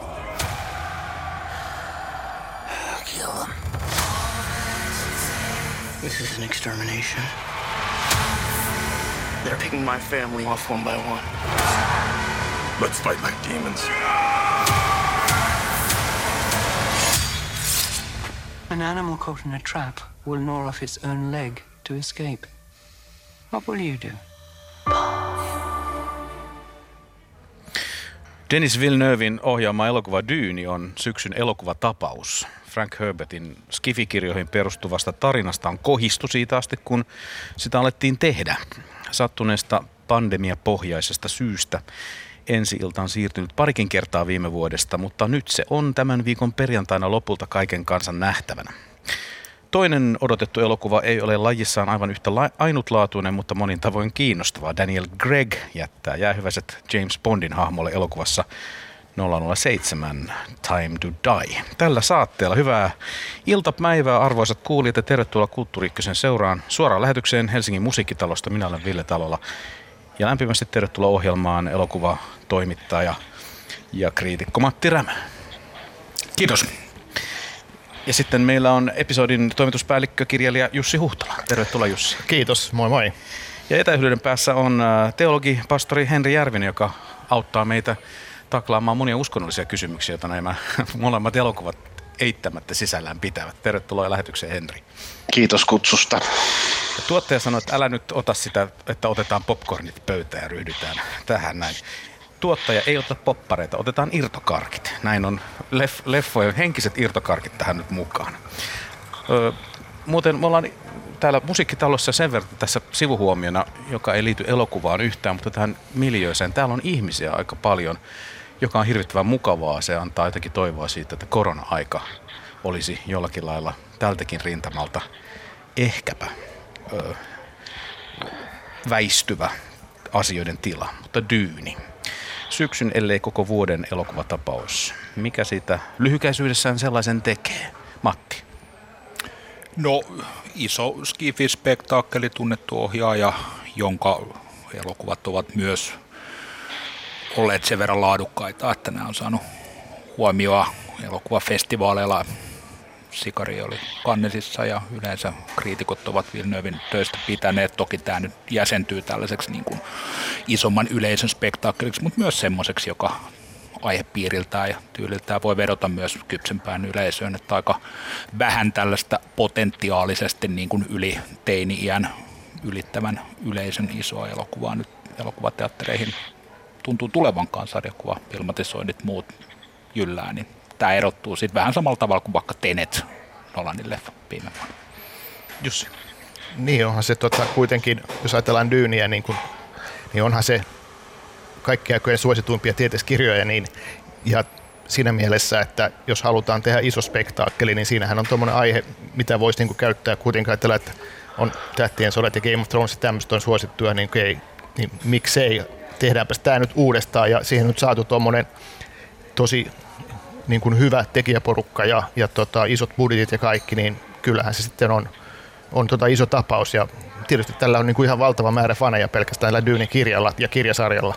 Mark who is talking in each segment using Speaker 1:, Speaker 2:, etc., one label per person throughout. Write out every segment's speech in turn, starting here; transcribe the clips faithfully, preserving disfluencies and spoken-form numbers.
Speaker 1: Kill them. This is an extermination. They're picking my family off one by one.
Speaker 2: Let's fight like demons.
Speaker 3: An animal caught in a trap will gnaw off its own leg to escape. What will you do?
Speaker 4: Denis Villeneuven ohjaama elokuva Dune on syksyn elokuvatapaus. Frank Herbertin skifikirjoihin perustuvasta tarinasta on kohistu siitä asti, kun sitä alettiin tehdä. Sattuneesta pandemiapohjaisesta syystä ensi-ilta on siirtynyt parikin kertaa viime vuodesta, mutta nyt se on tämän viikon perjantaina lopulta kaiken kansan nähtävänä. Toinen odotettu elokuva ei ole lajissaan aivan yhtä ainutlaatuinen, mutta monin tavoin kiinnostava. Daniel Craig jättää jäähyväiset James Bondin hahmolle elokuvassa nolla nolla seitsemän Time to Die. Tällä saatteella hyvää iltapäivää arvoisat kuulijat ja tervetuloa Kulttuuri Ykkösen seuraan suoraan lähetykseen Helsingin musiikkitalosta. Minä olen Ville Talola ja lämpimästi tervetuloa ohjelmaan elokuvatoimittaja ja kriitikko Matti Rämä.
Speaker 5: Kiitos.
Speaker 4: Ja sitten meillä on episodin toimituspäällikkö, kirjailija Jussi Huhtala. Tervetuloa Jussi.
Speaker 5: Kiitos, moi moi.
Speaker 4: Ja etäyhteyden päässä on teologi, pastori Henri Järvinen, joka auttaa meitä taklaamaan monia uskonnollisia kysymyksiä, joita nämä molemmat elokuvat eittämättä sisällään pitävät. Tervetuloa lähetykseen Henri.
Speaker 6: Kiitos kutsusta.
Speaker 4: Ja tuottaja sanoi, että älä nyt ota sitä, että otetaan popcornit pöytään ja ryhdytään tähän näin. Tuottaja ei ota poppareita, otetaan irtokarkit. Näin on leff, leffojen henkiset irtokarkit tähän nyt mukaan. Öö, muuten me ollaan täällä musiikkitalossa sen verran tässä sivuhuomiona, joka ei liity elokuvaan yhtään, mutta tähän miljööseen. Täällä on ihmisiä aika paljon, joka on hirvittävän mukavaa. Se antaa jotenkin toivoa siitä, että korona-aika olisi jollakin lailla tältäkin rintamalta ehkäpä öö, väistyvä asioiden tila, mutta Dyyni. Syksyn, ellei koko vuoden elokuvatapaus. Mikä siitä lyhykäisyydessään sellaisen tekee? Matti.
Speaker 5: No, iso skifi-spektaakkeli, tunnettu ohjaaja, jonka elokuvat ovat myös olleet sen verran laadukkaita, että nämä on saanut huomioon elokuvafestivaaleilla. Sikari oli Cannesissa ja yleensä kriitikot ovat Villeneuven töistä pitäneet. Toki tämä nyt jäsentyy tällaiseksi niin kuin isomman yleisön spektaakkeliksi, mutta myös semmoiseksi, joka aihepiiriltään ja tyyliltään voi vedota myös kypsempään yleisöön. Että aika vähän tällaista potentiaalisesti niin kuin yli teini-iän ylittävän yleisön isoa elokuvaa nyt elokuvateattereihin tuntuu tulevankaan sarjakuva, filmatisoinnit muut jyllää, niin tämä erottuu sitten vähän samalla tavalla kuin vaikka Tenet, Nolanin leffa viime vuonna.
Speaker 4: Jussi.
Speaker 7: Niin onhan se tota, kuitenkin, jos ajatellaan Dyyniä, niin, kun, niin onhan se kaikkien aikojen suosituimpia tieteiskirjoja, niin, ja siinä mielessä, että jos halutaan tehdä iso spektaakkeli, niin siinähän on tuommoinen aihe, mitä voisi niin kuin käyttää kuitenkin ajatella, että on Tähtien sodat ja Game of Thrones ja tämmöistä on suosittuja, niin, ei, niin miksei, tehdäänpä tämä nyt uudestaan, ja siihen on nyt saatu tuommoinen tosi niin kuin hyvä tekijäporukka ja, ja tota, isot budjetit ja kaikki, niin kyllähän se sitten on, on tota iso tapaus. Ja tietysti tällä on niin kuin ihan valtava määrä faneja pelkästään tällä Dyynin kirjalla ja kirjasarjalla.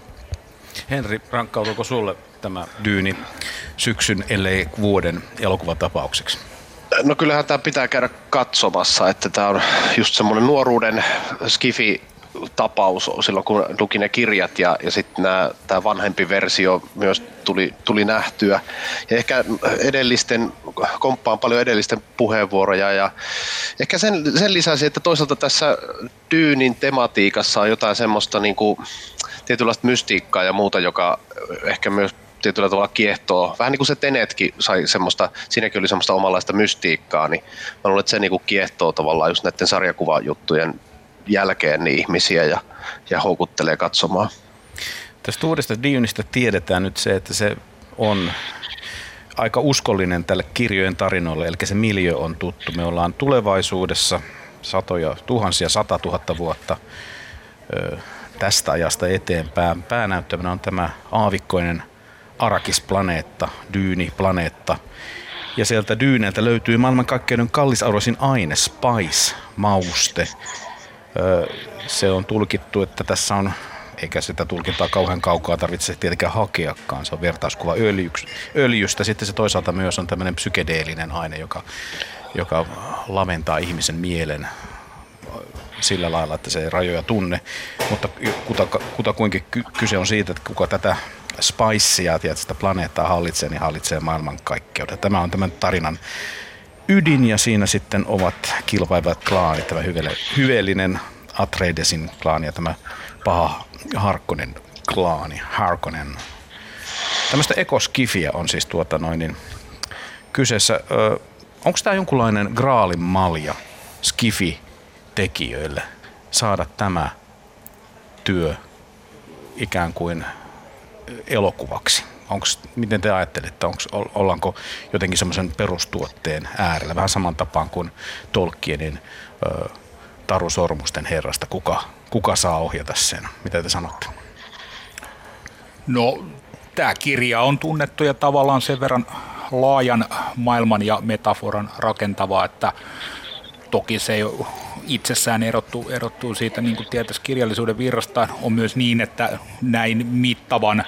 Speaker 4: Henri, rankkautuuko sulle tämä Dyyni syksyn, ellei vuoden elokuvatapaukseksi?
Speaker 6: No kyllähän tämä pitää käydä katsomassa, että tämä on just semmoinen nuoruuden skifi tapaus silloin, kun luki ne kirjat ja, ja sitten tämä vanhempi versio myös tuli, tuli nähtyä. Ja ehkä edellisten, komppaan paljon edellisten puheenvuoroja ja ehkä sen, sen lisäksi, että toisaalta tässä Dyynin tematiikassa on jotain semmoista niin kuin tietynlaista mystiikkaa ja muuta, joka ehkä myös tietyllä tavalla kiehtoo. Vähän niin kuin se Tenetkin sai semmoista, siinäkin oli semmoista omanlaista mystiikkaa, niin mä luulen, että se niin kuin kiehtoo tavallaan just näiden sarjakuvajuttujen jälkeen niin ihmisiä ja, ja houkuttelee katsomaan.
Speaker 4: Tästä uudesta Dynesta tiedetään nyt se, että se on aika uskollinen tälle kirjojen tarinoille, eli se miljö on tuttu. Me ollaan tulevaisuudessa satoja, tuhansia, sata tuhatta vuotta ö, tästä ajasta eteenpäin. Päänäyttävänä on tämä aavikkoinen Arrakis-planeetta, Dyyni-planeetta. Ja sieltä Dyyneltä löytyy maailmankaikkeuden kallisarvoisin aine, spice, mauste. Se on tulkittu, että tässä on eikä sitä tulkintaa kauhean kaukaa tarvitse tietenkään hakeakaan. Se on vertauskuva öljyks, öljystä. Sitten se toisaalta myös on tämmöinen psykedeellinen aine, joka, joka laventaa ihmisen mielen sillä lailla, että se ei rajoja tunne. Mutta kutakuinkin kyse on siitä, että kuka tätä spicea, tiedät, sitä planeettaa hallitsee, niin hallitsee maailmankaikkeuden. Tämä on tämän tarinan ydin ja siinä sitten ovat kilpailevat klaanit, tämä hyveellinen Atreidesin klaani ja tämä paha Harkonnen klaani, Harkonnen. Tämmöistä ekoskifiä on siis tuota noin niin kyseessä. Onko tämä jonkunlainen graalin malja skifi-tekijöille saada tämä työ ikään kuin elokuvaksi? Onks, miten te ajattelette, onks, ollaanko jotenkin semmoisen perustuotteen äärellä, vähän saman tapaan kuin Tolkienin ö, Taru Sormusten herrasta, kuka, kuka saa ohjata sen? Mitä te sanotte?
Speaker 5: No, tämä kirja on tunnettu ja tavallaan sen verran laajan maailman ja metaforan rakentava, että toki se ei itsessään erottuu, erottuu siitä niin kuin tietäisi kirjallisuuden virrasta. On myös niin, että näin mittavan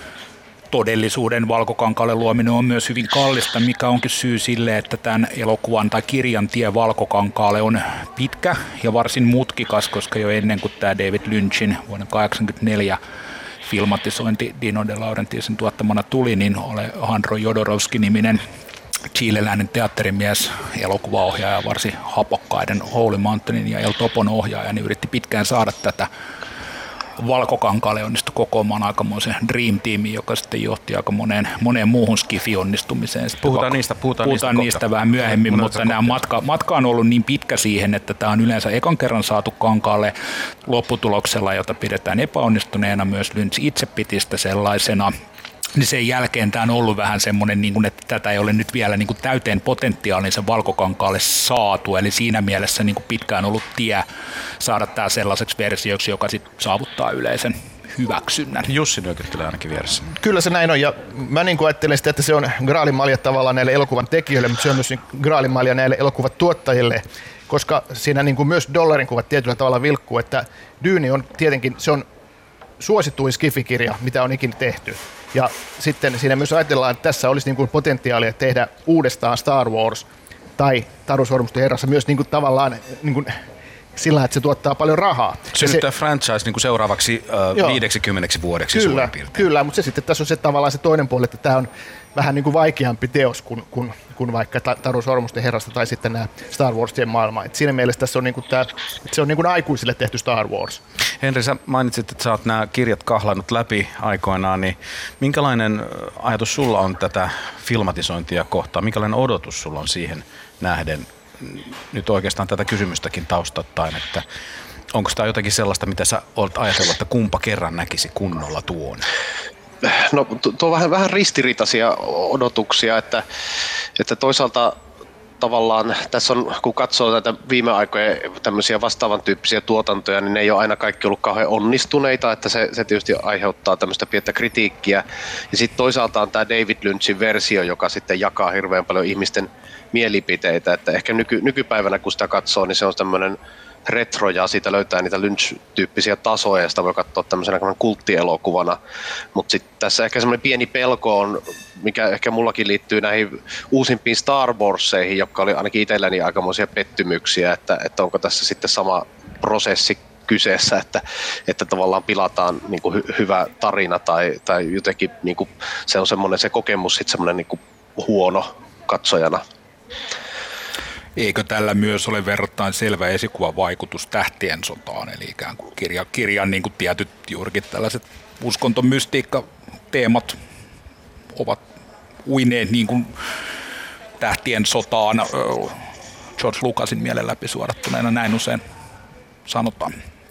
Speaker 5: todellisuuden valkokankaalle luominen on myös hyvin kallista, mikä onkin syy sille, että tämän elokuvan tai kirjan tie valkokankaalle on pitkä ja varsin mutkikas, koska jo ennen kuin tämä David Lynchin vuonna tuhatyhdeksänsataakahdeksankymmentäneljä filmatisointi Dino De Laurentisen tuottamana tuli, niin Alejandro Jodorowsky-niminen chileläinen teatterimies, elokuvaohjaaja, varsin hapokkaiden Holy Mountainin ja El Topon ohjaaja, niin yritti pitkään saada tätä valkokankaalle, onnistui kokoamaan aikamoisen Dream Teamin, joka sitten johti aika moneen, moneen muuhun skifi-onnistumiseen. Sitten
Speaker 4: puhutaan niistä, puhutaan,
Speaker 5: puhutaan niistä, niistä vähän myöhemmin, Mun mutta nämä matka, matka on ollut niin pitkä siihen, että tämä on yleensä ekan kerran saatu kankaalle lopputuloksella, jota pidetään epäonnistuneena. Myös Lynch itse piti sitä sellaisena. Niin sen jälkeen tämä on ollut vähän semmoinen, niin kuin, että tätä ei ole nyt vielä niin kuin täyteen potentiaalin sen valkokankaalle saatu. Eli siinä mielessä niin kuin pitkään ollut tie saada tämä sellaiseksi versioksi, joka sitten saavuttaa yleisen hyväksynnän.
Speaker 4: Jussi nyökyttelee ainakin vieressä.
Speaker 7: Kyllä se näin on, ja mä niin kuin ajattelen sitä, että se on graalin malja tavallaan näille elokuvan tekijöille, mutta se on myös graalin malja näille elokuvan tuottajille, koska siinä niin kuin myös dollarin kuvat tietyllä tavalla vilkkuu, että Dune on tietenkin, se on suosituin skifikirja, mitä on ikinä tehty. Ja sitten siinä myös ajatellaan, että tässä olisi niin kuin potentiaalia tehdä uudestaan Star Wars tai Taru Sormusten herrassa myös niin kuin tavallaan niin kuin sillä, että se tuottaa paljon rahaa.
Speaker 4: Synnyttää se franchise niin kuin seuraavaksi äh, viideksikymmeneksi vuodeksi
Speaker 7: kyllä,
Speaker 4: suurin piirtein.
Speaker 7: Kyllä, mutta se sitten tässä on se tavallaan se toinen puoli, että tämä on vähän niin kuin vaikeampi teos kuin, kuin, kuin vaikka Taru Sormusten herrasta tai sitten nämä Star Warsien maailma. Et siinä mielessä tässä on niin kuin tämä, että se on niin kuin aikuisille tehty Star Wars.
Speaker 4: Henri, sä mainitsit, että sä oot nämä kirjat kahlannut läpi aikoinaan, niin minkälainen ajatus sulla on tätä filmatisointia kohtaan? Minkälainen odotus sulla on siihen nähden? Nyt oikeastaan tätä kysymystäkin taustattain, että onko tämä jotakin sellaista, mitä sä olet ajatellut, että kumpa kerran näkisi kunnolla tuon?
Speaker 6: No tuo on vähän, vähän ristiriitaisia odotuksia, että, että toisaalta tavallaan tässä on, kun katsoo näitä viime aikojen tämmöisiä vastaavan tyyppisiä tuotantoja, niin ne ei ole aina kaikki ollut kauhean onnistuneita, että se, se tietysti aiheuttaa tämmöistä pientä kritiikkiä. Ja sitten toisaalta on tämä David Lynchin versio, joka sitten jakaa hirveän paljon ihmisten mielipiteitä, että ehkä nyky, nykypäivänä kun sitä katsoo, niin se on tämmöinen retro ja siitä löytää niitä Lynch-tyyppisiä tasoja ja sitä voi katsoa tämmöisenä kulttielokuvana. Mutta sitten tässä ehkä semmoinen pieni pelko on, mikä ehkä mullakin liittyy näihin uusimpiin Star Warseihin, jotka oli ainakin itselläni aikamoisia pettymyksiä, että, että onko tässä sitten sama prosessi kyseessä, että, että tavallaan pilataan niin kuin hy, hyvä tarina tai, tai jotenkin niin kuin se on semmoinen se kokemus sitten semmoinen niin kuin huono katsojana.
Speaker 5: Eikö tällä myös ole verrattain selvä esikuvavaikutus Tähtien sotaan, eli ikään kuin kirja, kirjan niin kuin tietyt juurikin tällaiset uskontomystiikka-teemat ovat uineet niin kuin Tähtien sotaan George Lucasin mielen läpi suodattuneena, näin usein sanotaan.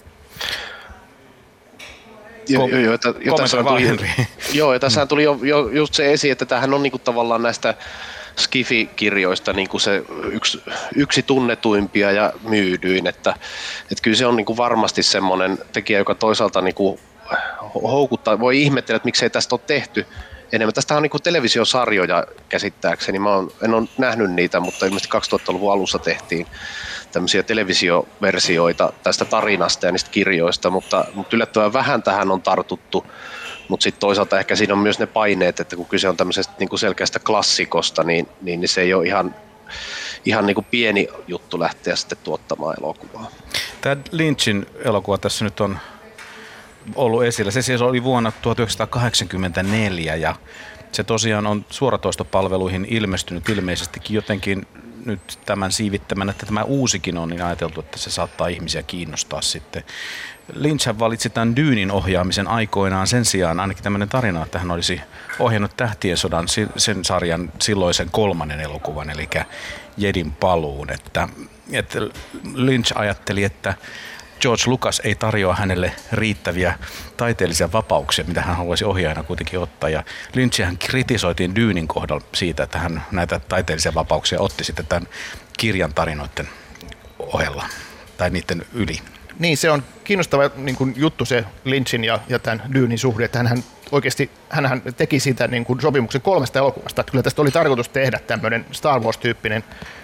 Speaker 6: Joo, joo, jo, jo, tässä tuli, joo, ja tässä tuli jo, jo just se esiin, että tämähän on niinku tavallaan näistä Skifi-kirjoista niinku se yksi, yksi tunnetuimpia ja myydyin, että, että kyllä se on niinku varmasti semmoinen tekijä, joka toisaalta niinku houkuttaa, voi ihmetellä, että miksei tästä ole tehty enemmän. Tästä on niin kuin televisiosarjoja käsittääkseni. Mä oon, en ole nähnyt niitä, mutta ilmeisesti kaksituhattaluvun alussa tehtiin tämmöisiä televisioversioita tästä tarinasta ja niistä kirjoista, mutta, mutta yllättävän vähän tähän on tartuttu. Mutta sitten toisaalta ehkä siinä on myös ne paineet, että kun kyse on tämmöisestä niin kuin selkeästä klassikosta, niin, niin, niin se ei ole ihan, ihan niin kuin pieni juttu lähteä sitten tuottamaan elokuvaa.
Speaker 4: Tämä Lynchin elokuva tässä nyt on ollut esillä. Se siis oli vuonna tuhatyhdeksänsataakahdeksankymmentäneljä ja se tosiaan on suoratoistopalveluihin ilmestynyt ilmeisestikin jotenkin nyt tämän siivittämän, että tämä uusikin on niin ajateltu, että se saattaa ihmisiä kiinnostaa sitten. Lynch valitsi tämän Dynin ohjaamisen aikoinaan sen sijaan, ainakin tämmöinen tarina, että hän olisi ohjannut Tähtien sodan sen sarjan silloisen kolmannen elokuvan, eli Jedin paluun. Että, että Lynch ajatteli, että George Lucas ei tarjoa hänelle riittäviä taiteellisia vapauksia, mitä hän haluaisi ohjaajana kuitenkin ottaa. Ja Lynchihän kritisoitiin Dynin kohdalla siitä, että hän näitä taiteellisia vapauksia otti sitten tämän kirjan tarinoiden ohella tai niiden yli.
Speaker 7: Niin, se on kiinnostava niin kuin juttu se Lynchin ja, ja tämän Dynin suhde, että hänhän oikeasti hänhän teki siitä niin kuin sopimuksen kolmesta elokuvasta. Että kyllä tästä oli tarkoitus tehdä tämmöinen Star Wars-tyyppinen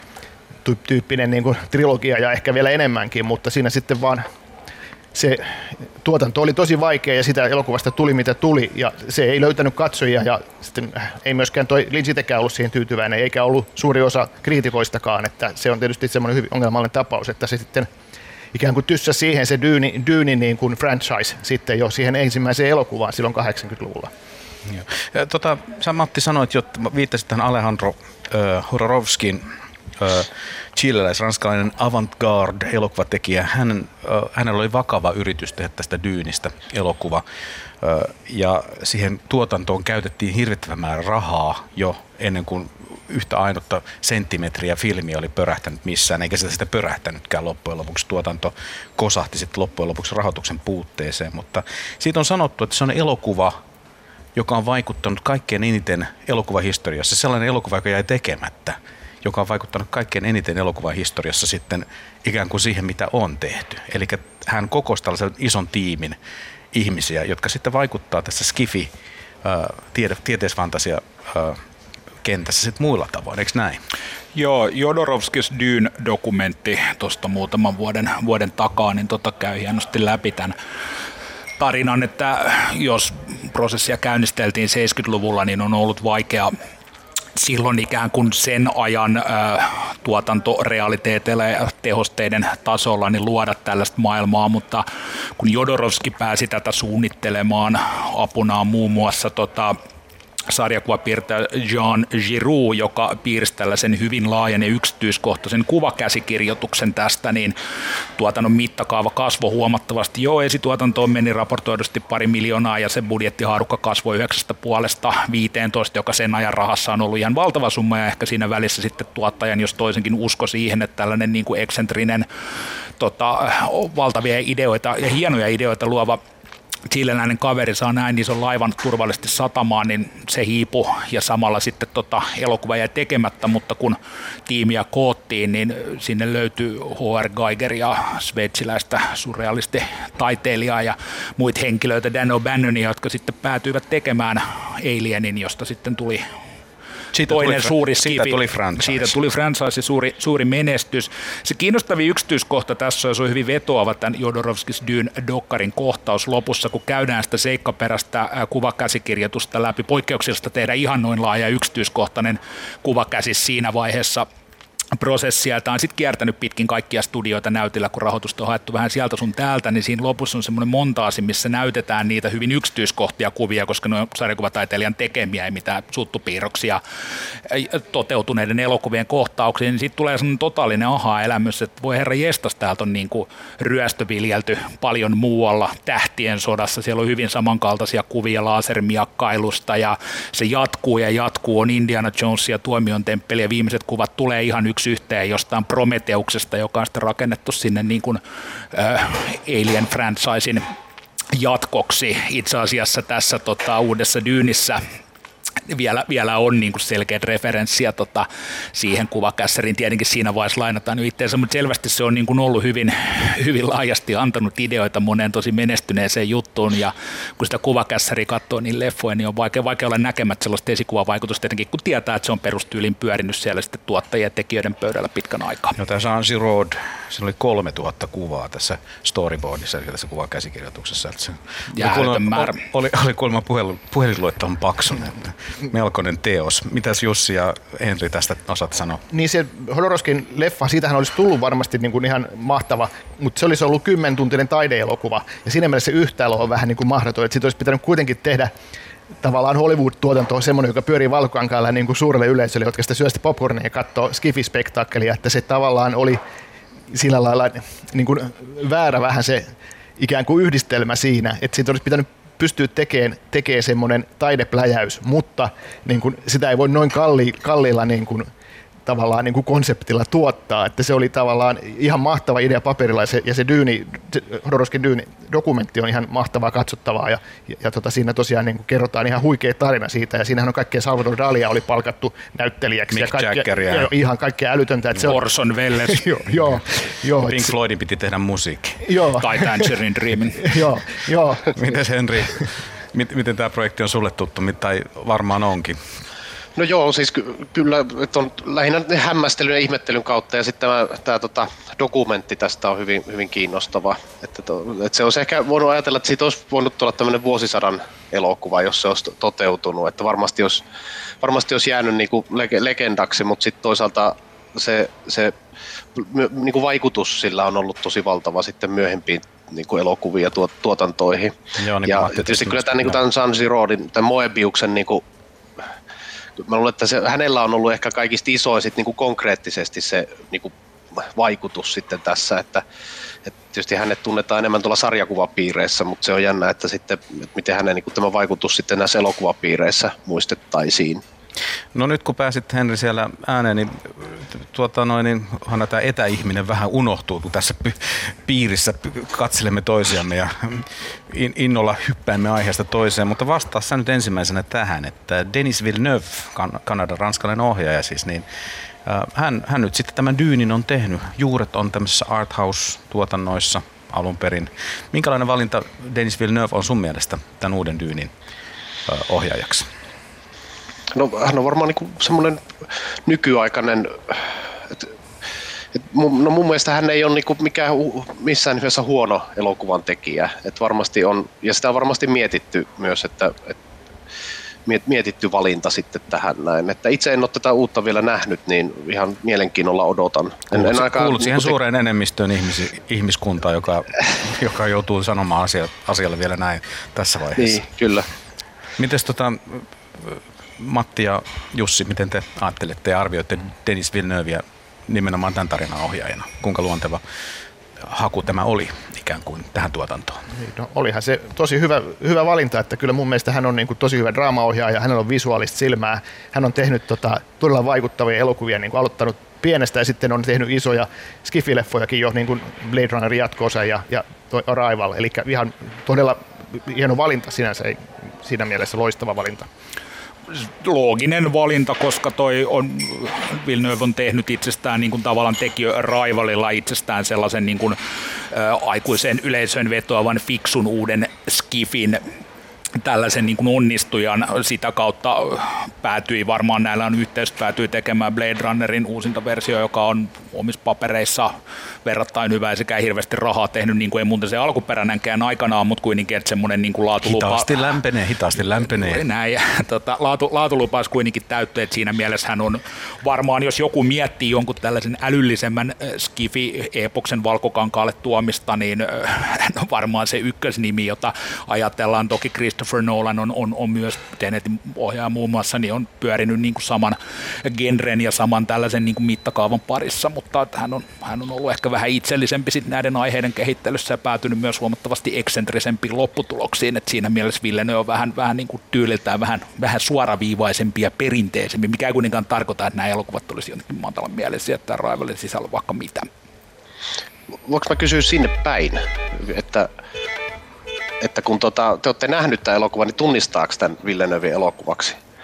Speaker 7: tyyppinen niin kuin trilogia ja ehkä vielä enemmänkin, mutta siinä sitten vaan se tuotanto oli tosi vaikea ja sitä elokuvasta tuli mitä tuli ja se ei löytänyt katsojia ja sitten ei myöskään toi Lynch itsekään ollut siihen tyytyväinen eikä ollut suuri osa kriitikoistakaan, että se on tietysti semmoinen hyvin ongelmallinen tapaus, että se sitten ikään kuin tyssä siihen se Dyni, Dyni niin kuin franchise sitten jo siihen ensimmäiseen elokuvaan silloin kahdeksankymmentäluvulla.
Speaker 4: Joo. Ja, tota, sä Matti sanoit, että viittasit tähän Alejandro äh, Jodorowskin äh, chileläis-ranskalainen avantgarde-elokuvatekijä. Hän, äh, hänellä oli vakava yritys tehdä tästä Dynistä elokuva äh, ja siihen tuotantoon käytettiin hirvittävän määrä rahaa jo ennen kuin yhtä ainutta senttimetriä filmiä oli pörähtänyt missään, eikä sitä sitä pörähtänytkään loppujen lopuksi. Tuotanto kosahti sitten loppujen lopuksi rahoituksen puutteeseen, mutta siitä on sanottu, että se on elokuva, joka on vaikuttanut kaikkein eniten elokuvahistoriassa. Sellainen elokuva, joka jäi tekemättä, joka on vaikuttanut kaikkein eniten elokuvahistoriassa sitten ikään kuin siihen, mitä on tehty. Eli hän kokosi tällaisen ison tiimin ihmisiä, jotka sitten vaikuttaa tässä skifi, äh, tiede, tieteisfantasia äh, kentässä sitten muilla tavoin, eikö näin?
Speaker 5: Joo, Jodorowskis Dune-dokumentti tuosta muutaman vuoden, vuoden takaa, niin tota käy hienosti läpi tämän tarinan, että jos prosessia käynnisteltiin seitsemänkymmentäluvulla, niin on ollut vaikea silloin ikään kuin sen ajan äh, tuotantorealiteeteilla ja tehosteiden tasolla niin luoda tällaista maailmaa, mutta kun Jodorowsky pääsi tätä suunnittelemaan apunaan muun muassa tota, sarjakuvapiirtäjä Jean Giroux, joka piirsi tällaisen hyvin laajan ja yksityiskohtaisen kuvakäsikirjoituksen tästä, niin tuotannon mittakaava kasvoi huomattavasti. Joo, esituotantoon meni raportoidusti pari miljoonaa ja se budjettihaarukka kasvoi yhdeksästä puolesta viiteentoista, joka sen ajan rahassa on ollut ihan valtava summa ja ehkä siinä välissä sitten tuottajan, jos toisenkin usko siihen, että tällainen niin kuin eksentrinen tota, valtavia ideoita ja hienoja ideoita luova chileläinen kaveri saa näin ison laivan turvallisesti satamaan, niin se hiipui ja samalla sitten tota elokuva jäi tekemättä, mutta kun tiimiä koottiin, niin sinne löytyi H R. Geiger ja sveitsiläistä surrealisti-taiteilijaa ja muita henkilöitä, Dan O'Bannonia, jotka sitten päätyivät tekemään Alienin, josta sitten tuli
Speaker 4: Siitä
Speaker 5: toinen
Speaker 4: tuli,
Speaker 5: suuri
Speaker 4: siitä
Speaker 5: skifi.
Speaker 4: tuli franchise.
Speaker 5: Siitä tuli franchise, suuri, suuri menestys. Se kiinnostavin yksityiskohta tässä on, se on hyvin vetoava tämän Jodorowskis Dune-dokkarin kohtaus lopussa, kun käydään sitä seikkaperäistä kuvakäsikirjoitusta läpi. Poikkeuksellista tehdä ihan noin laaja yksityiskohtainen kuvakäsis siinä vaiheessa prosessia. Tämä on sitten kiertänyt pitkin kaikkia studioita näytillä, kun rahoitusta on haettu vähän sieltä sun täältä, niin siinä lopussa on semmoinen montaasi, missä näytetään niitä hyvin yksityiskohtia kuvia, koska ne on sarjakuvataiteilijan tekemiä, ei mitään suttupiirroksia toteutuneiden elokuvien kohtauksiin, niin sitten tulee semmoinen totaalinen aha-elämys, että voi herra jestas, täältä on niin kuin ryöstöviljelty paljon muualla Tähtien sodassa, siellä on hyvin samankaltaisia kuvia lasermiakkailusta ja se jatkuu ja jatkuu, on Indiana Jones ja Tuomion temppeli ja viimeiset kuvat tulee ihan yksi yhteen jostain Prometeuksesta, joka on sitten rakennettu sinne niin kuin äh, Alien franchisein jatkoksi. Itse asiassa tässä tota, uudessa Dynissä vielä, vielä on niin kuin selkeät referenssiä tota, siihen kuvakässäriin. Tietenkin siinä vaiheessa lainataan nyt itseensä, mutta selvästi se on niin kuin ollut hyvin, hyvin laajasti antanut ideoita moneen tosi menestyneeseen juttuun, ja kun sitä kuvakässäriä katsoo niin leffoja, niin on vaikea, vaikea olla näkemättä sellaista esikuvavaikutusta, tietenkin kun tietää, että se on perustyylin pyörinyt siellä sitten tuottajien ja tekijöiden pöydällä pitkän aikaa.
Speaker 4: No tässä Ansi Road, siinä oli kolmetuhatta kuvaa tässä storyboardissa, eli tässä kuvakäsikirjoituksessa. Että se oli, määrä. oli, oli kuulemma puhelinluettelon paksunen. Melkoinen teos. Mitäs Jussi ja Henri tästä osaat sanoa?
Speaker 7: Niin se Hodorowskin leffa, siitähän olisi tullut varmasti niin kuin ihan mahtava, mutta se olisi ollut kymmentuntinen taideelokuva. Ja siinä mielessä se yhtälö on vähän niin kuin mahdoton, että siitä olisi pitänyt kuitenkin tehdä tavallaan Hollywood-tuotanto on semmoinen, joka pyörii valkokankaalla niin kuin suurelle yleisölle, jotka sitä syö sitä popcornia ja katsoo skifi-spektaakkelia, että se tavallaan oli sillä lailla niin kuin väärä vähän se ikään kuin yhdistelmä siinä, että siitä olisi pitänyt pystyy tekemään, tekemään semmoinen taidepläjäys, mutta niin kuin, sitä ei voi noin kalli, kalliilla niin kuin, tavallaan niin kuin konseptilla tuottaa, että se oli tavallaan ihan mahtava idea paperilla, ja se, ja se Dyyni, Hodorowskin Dyyni-dokumentti on ihan mahtavaa katsottavaa, ja, ja, ja tota, siinä tosiaan niin kuin kerrotaan ihan huikea tarina siitä, ja siinähän on kaikkea Salvador Dalia oli palkattu näyttelijäksi,
Speaker 4: Mick
Speaker 7: ja kaikkea,
Speaker 4: ja
Speaker 7: ihan kaikkea älytöntä. Että se on,
Speaker 5: Orson Welles.
Speaker 7: joo, joo, joo,
Speaker 4: Pink Floydin piti tehdä musiikki.
Speaker 7: Joo.
Speaker 5: Tai Tangerine Dreamin.
Speaker 7: joo, joo.
Speaker 4: Mites Henri, miten tämä projekti on sulle tuttu, tai varmaan onkin?
Speaker 6: No joo, siis ky- kyllä, että on lähinnä hämmästelyn ja ihmettelyn kautta, ja sitten tämä, tämä tota, dokumentti tästä on hyvin, hyvin kiinnostava. Että, to, että se olisi ehkä voinut ajatella, että siitä olisi voinut olla tämmöinen vuosisadan elokuva, jos se olisi toteutunut, että varmasti olisi, varmasti olisi jäänyt niin kuin legendaksi, mutta sitten toisaalta se, se niin kuin vaikutus sillä on ollut tosi valtava sitten myöhempiin niin kuin elokuviin ja tuotantoihin.
Speaker 4: Joo, niin
Speaker 6: ja tietysti kyllä tämän, niin tämän Sanji Roadin, tämän Moebiuksen niin kuin, mä luulen, että se, hänellä on ollut ehkä kaikista isoin sit, niin kuin konkreettisesti se niin kuin vaikutus sitten tässä, että, että tietysti hänet tunnetaan enemmän tuolla sarjakuvapiireissä, mutta se on jännä, että sitten, että miten hänen niin kuin tämä vaikutus sitten näissä elokuvapiireissä muistettaisiin.
Speaker 4: No nyt kun pääsit Henri siellä ääneen, niin, tuota noin, niin onhan tämä etäihminen vähän unohtuu, kun tässä piirissä katselemme toisiamme ja innolla hyppäämme aiheesta toiseen, mutta vastaa sä nyt ensimmäisenä tähän, että Denis Villeneuve, Kanadan ranskalainen ohjaaja siis, niin hän, hän nyt sitten tämän Dyynin on tehnyt. Juuret on tämmöisissä arthouse-tuotannoissa alun perin. Minkälainen valinta Denis Villeneuve on sun mielestä tämän uuden Dyynin ohjaajaksi?
Speaker 6: No hän on varmaan niin semmoinen nykyaikainen, että et, no mun mielestä hän ei ole niin mikään missään nimessä huono elokuvan tekijä, että varmasti on, ja sitä on varmasti mietitty myös, että, että mietitty valinta sitten tähän näin, että itse en ole tätä uutta vielä nähnyt, niin ihan mielenkiinnolla odotan.
Speaker 4: Kuulut,
Speaker 6: en, en aika,
Speaker 4: kuulut siihen
Speaker 6: niin
Speaker 4: suureen enemmistöön ihmis, ihmiskuntaa, joka, joka joutuu sanomaan asia, asialle vielä näin tässä vaiheessa.
Speaker 6: Niin, kyllä.
Speaker 4: Mites tota... Matti ja Jussi, miten te ajattelette ja arvioitte Denis Villeneuveä nimenomaan tämän tarinan ohjaajana? Kuinka luonteva haku tämä oli ikään kuin tähän tuotantoon?
Speaker 7: No, olihan se tosi hyvä, hyvä valinta, että kyllä mun mielestä hän on niin kuin tosi hyvä draamaohjaaja, hänellä on visuaalista silmää, hän on tehnyt tota, todella vaikuttavia elokuvia, niin kuin aloittanut pienestä ja sitten on tehnyt isoja skifileffojakin jo, niin kuin Blade Runnerin jatko-osa ja, ja Arrival, eli ihan todella hieno valinta sinänsä, siinä mielessä loistava valinta.
Speaker 5: Looginen valinta, koska toi on, Villeneuve on tehnyt itsestään niin kuin tavallaan tekijö Arrivalilla itsestään sellaisen niin kuin, ä, aikuisen yleisön vetoavan fiksun uuden skifin tällaisen niin kuin onnistujan. Sitä kautta päätyi, varmaan näillä on yhteys, päätyi tekemään Blade Runnerin uusinta versio, joka on omissa papereissa verrattain hyvä ja sekä hirveästi rahaa tehnyt, niin kuin ei muuten se alkuperäinenkään aikanaan, mutta kuitenkin, että semmoinen niin kuin laatulupa...
Speaker 4: Hitaasti lämpenee, hitaasti lämpenee.
Speaker 5: Näin, ja tota, laatu, laatulupaus kuitenkin täyttyy, että siinä mielessä hän on varmaan, jos joku miettii jonkun tällaisen älyllisemmän skifi-epoksen valkokankaalle tuomista, niin hän on varmaan se ykkösnimi, jota ajatellaan. Toki Christopher Nolan on, on, on myös Tenetin ohjaaja muun muassa, niin on pyörinyt niin kuin saman genren ja saman tällaisen niin kuin mittakaavan parissa, mutta hän on, hän on ollut ehkä vähän itsellisempi sit näiden aiheiden kehittelyssä ja päätynyt myös huomattavasti eksentrisempiin lopputuloksiin, että siinä mielessä Villeneuve on vähän, vähän niin kuin tyyliltään vähän, vähän suoraviivaisempi ja perinteisempi, mikä ei kuitenkaan tarkoita, että nämä elokuvat olisi jotenkin matalan mielisiä, että Arrivalin sisällä vaikka mitä.
Speaker 6: Voinko mä kysyä sinne päin, että, että kun tota, te olette nähnyt tämän elokuvan, niin tunnistaako tämän Villeneuven elokuvaksi?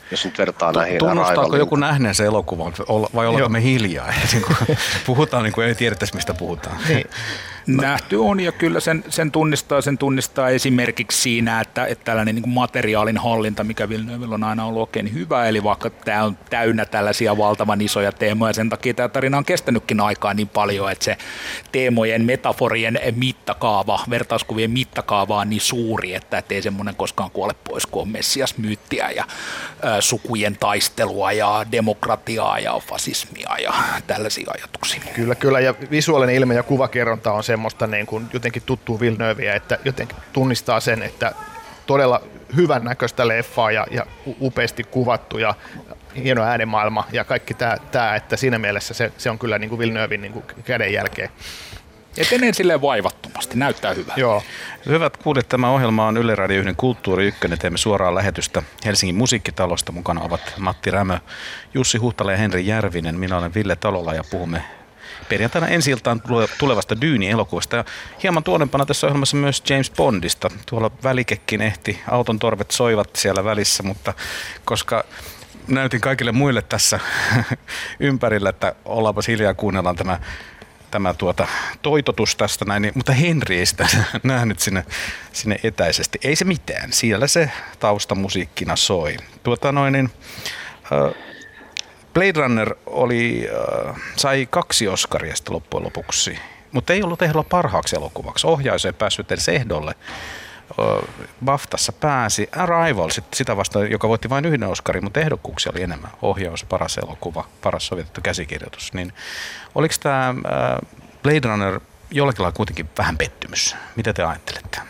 Speaker 6: jos nyt vertaa näihin
Speaker 4: Tunnustaako joku nähneen se elokuvan vai ollaanko me hiljaa? Puhutaan niin kuin ei tiedettäisi, mistä puhutaan.
Speaker 5: Niin. Nähty on ja kyllä sen, sen tunnistaa, sen tunnistaa esimerkiksi siinä, että, että tällainen niin kuin materiaalin hallinta, mikä Villeneuve on aina ollut oikein hyvä, eli vaikka tämä on täynnä tällaisia valtavan isoja teemoja, sen takia tämä tarina on kestänytkin aikaa niin paljon, että se teemojen, metaforien mittakaava, vertauskuvien mittakaava on niin suuri, että ei semmoinen koskaan kuole pois, kun on messiasmyyttiä ja ä, sukujen taistelua ja demokratiaa ja fasismia ja tällaisia ajatuksia.
Speaker 7: Kyllä, kyllä, ja visuaalinen ilme ja kuvakerronta on semmoista niin kuin jotenkin tuttuu Villeneuveä, että jotenkin tunnistaa sen, että todella hyvän näköistä leffaa ja, ja upeasti kuvattu ja hieno äänemaailma ja kaikki tämä, tämä että siinä mielessä se, se on kyllä niin kuin Villeneuven niin kuin käden jälkeen.
Speaker 5: Etenee silleen vaivattomasti, näyttää hyvältä.
Speaker 7: Joo.
Speaker 4: Hyvät kuulijat, tämä ohjelma on Yle Radio yhden Kulttuuri ykkönen. Teemme suoraan lähetystä Helsingin musiikkitalosta. Mukana ovat Matti Rämö, Jussi Huhtala ja Henri Järvinen. Minä olen Ville Talola ja puhumme perjantaina ensi-iltaan tulevasta Dune-elokuvasta. Ja hieman tuonempana tässä ohjelmassa myös James Bondista. Tuolla Välikekin ehti, auton torvet soivat siellä välissä, mutta koska näytin kaikille muille tässä ympärillä, että ollaanpa hiljaa, kuunnellaan tämä tämä tuota, toitotus tästä näin, niin, mutta Henri ei sitä nähnyt sinne, sinne etäisesti. Ei se mitään, siellä se taustamusiikkina soi. Tuota noin, niin, äh, Blade Runner oli, äh, sai kaksi Oscaria sitten loppujen lopuksi, mutta ei ollut ehdolla parhaaksi elokuvaksi. Ohjaus ei päässyt edes ehdolle. Äh, BAFTassa pääsi Arrival, sit, sitä vastaan, joka voitti vain yhden Oscarin, mutta ehdokkuuksia oli enemmän. Ohjaus, paras elokuva, paras sovitettu käsikirjoitus. Niin, oliko tämä äh, Blade Runner jollakin lailla kuitenkin vähän pettymys? Mitä te ajattelette?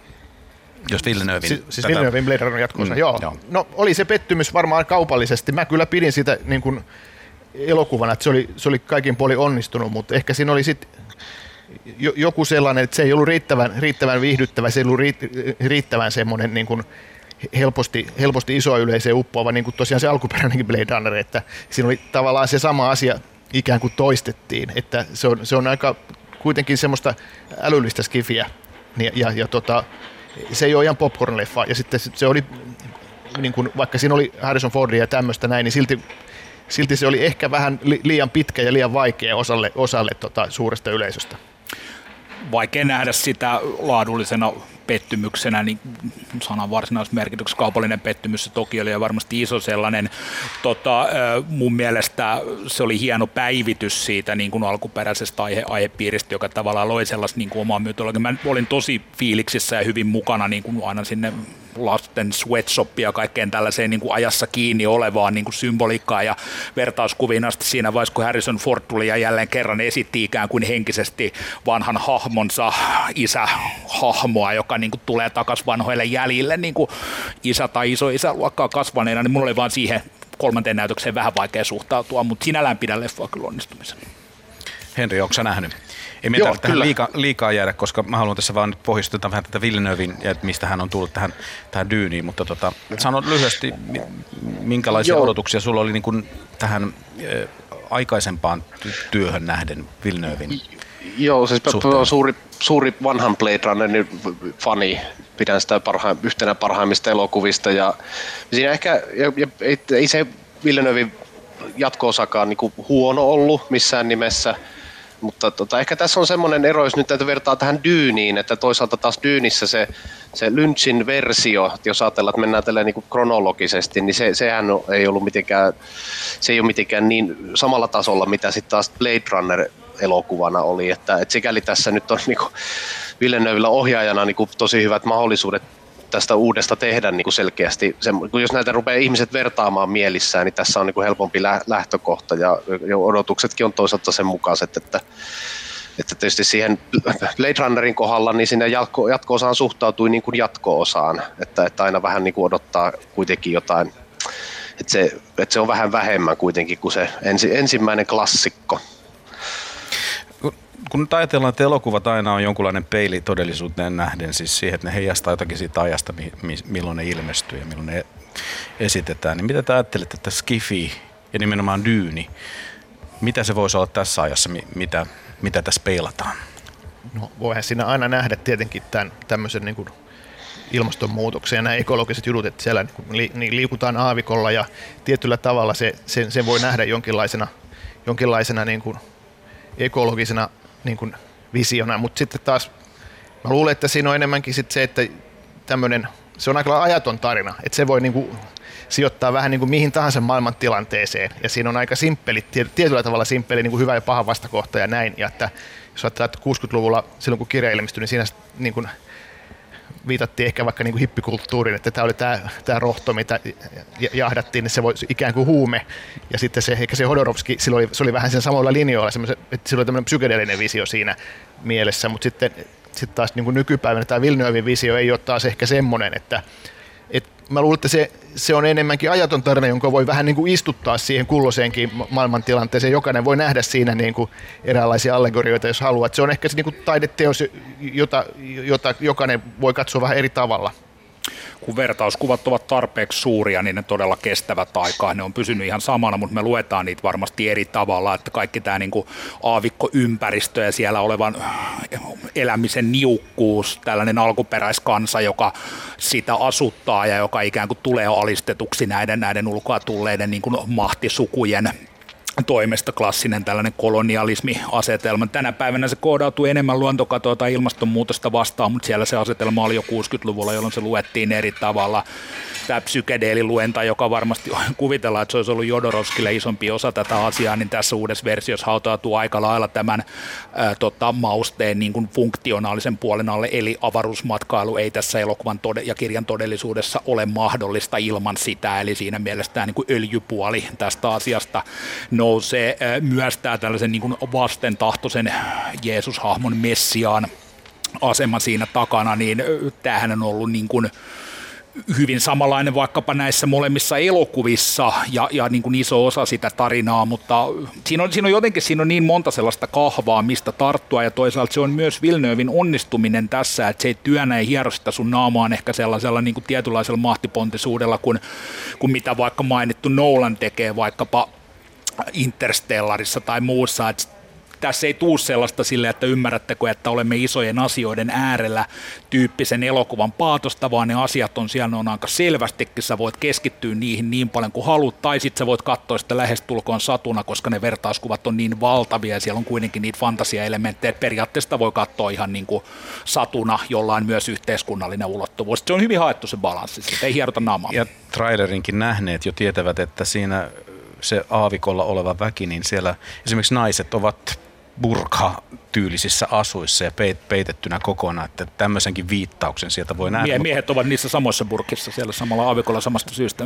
Speaker 4: Jos Villeneuven...
Speaker 7: Si- siis Villeneuven Blade Runner jatkoosa, mm, joo. joo. No oli se pettymys varmaan kaupallisesti. Mä kyllä pidin sitä niin kuin elokuvana, että se oli, se oli kaikin puolin onnistunut, mutta ehkä siinä oli sitten joku sellainen, että se ei ollut riittävän, riittävän viihdyttävä, se ei ollut riittävän semmoinen niin kuin helposti, helposti iso yleisöön uppoava, niin kuin tosiaan se alkuperäinenkin Blade Runner, että siinä oli tavallaan se sama asia ikään kuin toistettiin, että se on, se on aika kuitenkin semmoista älyllistä skifiä, ja, ja, ja tota, se ei ole ihan popcorn-leffa, ja sitten se oli, niin kuin, vaikka siinä oli Harrison Fordia ja tämmöistä näin, niin silti Silti se oli ehkä vähän liian pitkä ja liian vaikea osalle, osalle tota suuresta yleisöstä.
Speaker 5: Vaikea nähdä sitä laadullisena pettymyksenä, niin sanan varsinaisessa merkityksessä kaupallinen pettymys se toki oli ja varmasti iso sellainen. Tota, mun mielestä se oli hieno päivitys siitä niin kuin alkuperäisestä aihe, aihepiiristä, joka tavallaan loi sellaista niin kuin omaa mytologiaa. Mä olin tosi fiiliksissä ja hyvin mukana niin kuin aina sinne lasten sweatshopia ja kaikkeen tällaiseen niin kuin ajassa kiinni olevaan niin kuin symboliikkaan ja vertauskuviin asti siinä vaiheessa, kun Harrison Ford tuli ja jälleen kerran esitti ikään kuin henkisesti vanhan hahmonsa isähahmoa, joka niin kuin tulee takaisin vanhoille jäljille niin kuin isä tai isoisä luokkaa kasvaneena, niin mulla oli vaan siihen kolmanteen näytökseen vähän vaikea suhtautua, mutta sinällään pidän leffoa kyllä onnistumisen.
Speaker 4: Henri, onko sä nähnyt? Ei meidän tarvitse tähän liikaa, liikaa jäädä, koska mä haluan tässä vaan nyt pohjusteta vähän tätä Villeneuven ja mistä hän on tullut tähän, tähän Duniin, mutta tota, sano lyhyesti, minkälaisia Joo. odotuksia sulla oli niin kuin tähän äh, aikaisempaan työhön nähden Villeneuven
Speaker 6: Joo, siis mä suuri, suuri vanhan Blade Runnerin fani, pidän sitä parha, yhtenä parhaimmista elokuvista ja siinä ehkä, ja, ja, ei, ei se Villeneuven jatko-osakaan niin kuin huono ollut missään nimessä, mutta tota, ehkä tässä on semmoinen ero, jos nyt täytyy vertaa tähän Duniin, että toisaalta taas Dynissä se, se Lynchin versio, jos ajatellaan, että mennään tälleen niin kuin kronologisesti, niin se, sehän ei ollut mitenkään, se ei ole mitenkään niin samalla tasolla, mitä sitten taas Blade Runner elokuvana oli, että, että sikäli tässä nyt on niin kuin Villeneuvulla ohjaajana niin kuin tosi hyvät mahdollisuudet tästä uudesta tehdä niin kuin selkeästi. Se, jos näitä rupeaa ihmiset vertaamaan mielissään, niin tässä on niin kuin helpompi lähtökohta ja, ja odotuksetkin on toisaalta sen mukaiset, että, että tietysti siihen Blade Runnerin kohdalla niin sinne jatko, jatko-osaan suhtautui niin kuin jatko-osaan, että, että aina vähän niin kuin odottaa kuitenkin jotain, että se, että se on vähän vähemmän kuitenkin kuin se ensi, ensimmäinen klassikko.
Speaker 4: Kun nyt ajatellaan, että elokuvat aina on jonkunlainen peili todellisuuteen nähden, siis siihen, että ne heijastaa jotakin siitä ajasta, milloin ne ilmestyy ja milloin ne esitetään, niin mitä te ajattelette, että Skifi ja nimenomaan Dune, mitä se voisi olla tässä ajassa, mitä, mitä tässä peilataan?
Speaker 7: No voihan siinä aina nähdä tietenkin tämän tämmöisen niin kuin ilmastonmuutokseen ja nämä ekologiset jutut, että siellä li, niin liikutaan aavikolla ja tietyllä tavalla se, se, se voi nähdä jonkinlaisena, jonkinlaisena niin kuin ekologisena niin kuin visiona, mutta sitten taas mä luulen, että siinä on enemmänkin sit se, että tämmöinen, se on aika ajaton tarina, että se voi niin kuin sijoittaa vähän niin kuin mihin tahansa maailman tilanteeseen ja siinä on aika simppeli, tietyllä tavalla simppeli niin kuin hyvä ja paha vastakohta ja näin, ja että jos ajattelee, että kuusikymmentäluvulla silloin kun kirja ilmestyi, niin siinä niin kuin viitattiin ehkä vaikka niin kuin hippikulttuuriin, että tämä oli tämä, tämä rohto, mitä jahdattiin, niin se voi ikään kuin huume. Ja sitten se, ehkä se Hodorovski, silloin oli, se oli vähän sen samoilla linjoilla, että sillä oli tämmöinen psykedeellinen visio siinä mielessä, mutta sitten, sitten taas niin kuin nykypäivänä tämä Villeneuven visio ei ole taas ehkä semmoinen, että et mä luulen, että se, se on enemmänkin ajaton tarina, jonka voi vähän niin kuin istuttaa siihen kulloiseenkin maailmantilanteeseen. Jokainen voi nähdä siinä niin kuin eräänlaisia allegorioita, jos haluaa. Et se on ehkä se niin kuin taideteos, jota, jota jokainen voi katsoa vähän eri tavalla.
Speaker 5: Kun vertauskuvat ovat tarpeeksi suuria, niin ne todella kestävät aikaa. Ne on pysynyt ihan samana, mutta me luetaan niitä varmasti eri tavalla, että kaikki tämä niin kuin aavikkoympäristö ja siellä olevan elämisen niukkuus, tällainen alkuperäiskansa, joka sitä asuttaa ja joka ikään kuin tulee alistetuksi näiden, näiden ulkoa tulleiden niin kuin mahtisukujen toimesta, klassinen tällainen kolonialismiasetelma. Tänä päivänä se koodautuu enemmän luontokatoa tai ilmastonmuutosta vastaan, mutta siellä se asetelma oli jo kuusikymmentäluvulla, jolloin se luettiin eri tavalla. Tämä psykedeeliluenta, joka varmasti kuvitellaan, että se olisi ollut Jodorowskille isompi osa tätä asiaa, niin tässä uudessa versiossa hautautuu aika lailla tämän ää, tota, mausteen niin kuin funktionaalisen puolen alle, eli avaruusmatkailu ei tässä elokuvan tode- ja kirjan todellisuudessa ole mahdollista ilman sitä, eli siinä mielessä tämä niin kuin öljypuoli tästä asiasta nousee, ää, myös tämä tällaisen niin kuin vastentahtoisen Jeesus-hahmon Messiaan asema siinä takana, niin tämähän on ollut niin kuin hyvin samanlainen vaikkapa näissä molemmissa elokuvissa ja, ja niin kuin iso osa sitä tarinaa, mutta siinä on, siinä on jotenkin siinä on niin monta sellaista kahvaa, mistä tarttua, ja toisaalta se on myös Villeneuven onnistuminen tässä, että se ei työnnä ja hiero sitä sun naamaan ehkä sellaisella niin kuin tietynlaisella mahtipontisuudella, kuin, kuin mitä vaikka mainittu Nolan tekee vaikkapa Interstellarissa tai muussa, että tässä ei tule sellaista silleen, että ymmärrättekö, että olemme isojen asioiden äärellä tyyppisen elokuvan paatosta, vaan ne asiat on siellä, ne on aika selvästikin, sä voit keskittyä niihin niin paljon kuin haluat, tai sitten sä voit katsoa sitä lähestulkoon satuna, koska ne vertauskuvat on niin valtavia ja siellä on kuitenkin niitä fantasiaelementtejä, että periaatteessa voi katsoa ihan niin kuin satuna, jolla on myös yhteiskunnallinen ulottuvuus. Se on hyvin haettu se balanssi, että ei hierota naamaa.
Speaker 4: Ja trailerinkin nähneet jo tietävät, että siinä se aavikolla oleva väki, niin siellä esimerkiksi naiset ovat burka-tyylisissä asuissa ja peitettynä kokonaan, että tämmöisenkin viittauksen sieltä voi nähdä.
Speaker 5: Miehet ovat niissä samoissa burkissa siellä samalla aavikolla samasta syystä.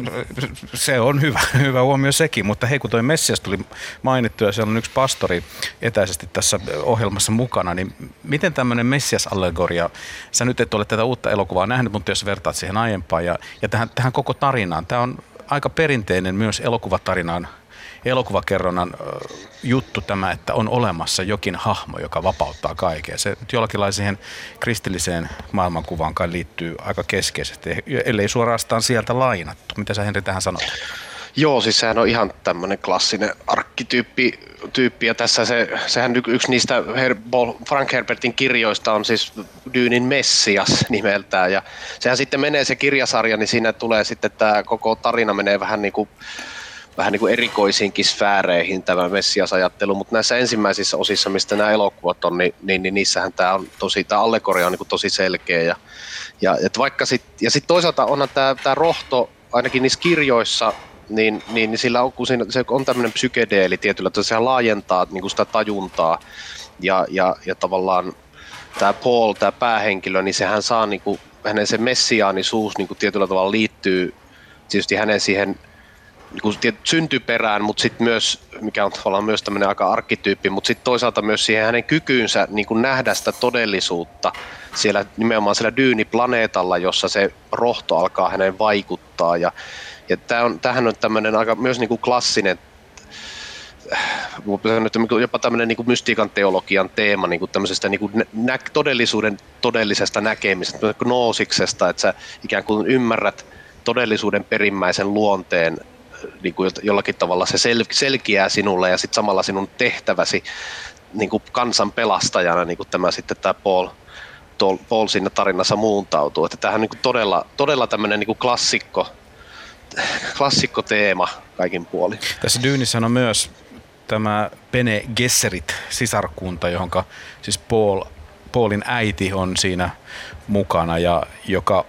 Speaker 4: Se on hyvä, hyvä huomio sekin, mutta hei, kun toi Messias tuli mainittu ja siellä on yksi pastori etäisesti tässä ohjelmassa mukana, niin miten tämmöinen Messias-allegoria, sä nyt et ole tätä uutta elokuvaa nähnyt, mutta jos vertaat siihen aiempaan ja, ja tähän, tähän koko tarinaan, tämä on aika perinteinen myös elokuvatarinaan, elokuvakerronnan juttu tämä, että on olemassa jokin hahmo, joka vapauttaa kaikkea. Se nyt jollakin siihen kristilliseen maailmankuvaan kai liittyy aika keskeisesti, ellei suorastaan sieltä lainattu. Mitä sä, Henri, tähän sanot?
Speaker 6: Joo, siis sehän on ihan tämmöinen klassinen arkkityyppi, tyyppi, ja tässä se, sehän yksi niistä Her- Frank Herbertin kirjoista on siis Dynin Messias nimeltään, ja sehän sitten menee se kirjasarja, niin siinä tulee sitten tämä koko tarina menee vähän niin kuin vähän niin kuin erikoisiinkin sfääreihin tämä Messias-ajattelu, mutta näissä ensimmäisissä osissa, mistä nämä elokuvat on, niin, niin, niin niissähän tämä on tosi, tämä allegoria on niin kuin tosi selkeä. Ja, ja, et vaikka sit, ja sitten toisaalta onhan tämä, tämä rohto, ainakin niissä kirjoissa, niin, niin, niin sillä on, kun siinä, se on tämmöinen psykedeeli tietyllä, että sehän laajentaa niin kuin sitä tajuntaa, ja, ja, ja tavallaan tämä Paul, tämä päähenkilö, niin sehän saa, niin kuin, hänen se messiaanisuus niin kuin tietyllä tavalla liittyy tietysti hänen siihen niin syntyperään, mutta sitten myös, mikä on tavallaan myös tämmöinen aika arkkityyppi, mutta sitten toisaalta myös siihen hänen kykyynsä niin kuin nähdä sitä todellisuutta siellä nimenomaan siellä Dyyni-planeetalla, jossa se rohto alkaa hänen vaikuttaa. Ja, ja tämä on, tämähän on tämmöinen aika myös niin kuin klassinen, jopa tämmöinen niin kuin mystiikan teologian teema niin kuin tämmöisestä niin kuin nä- todellisuuden todellisesta näkemisestä, gnoosiksesta, että sä ikään kuin ymmärrät todellisuuden perimmäisen luonteen, niin kuin jollakin tavalla se sel- selkiää sinulle ja sitten samalla sinun tehtäväsi niin kuin kansan pelastajana, niin kuin tämä sitten tämä Paul Paul siinä tarinassa muuntautuu. Että tämähän on niin kuin todella, todella tämmöinen niin kuin klassikko, klassikko teema kaikin puolin.
Speaker 4: Tässä Dynissä on myös tämä Bene Gesserit sisarkunta, johonka siis Paul, Paulin äiti on siinä mukana ja joka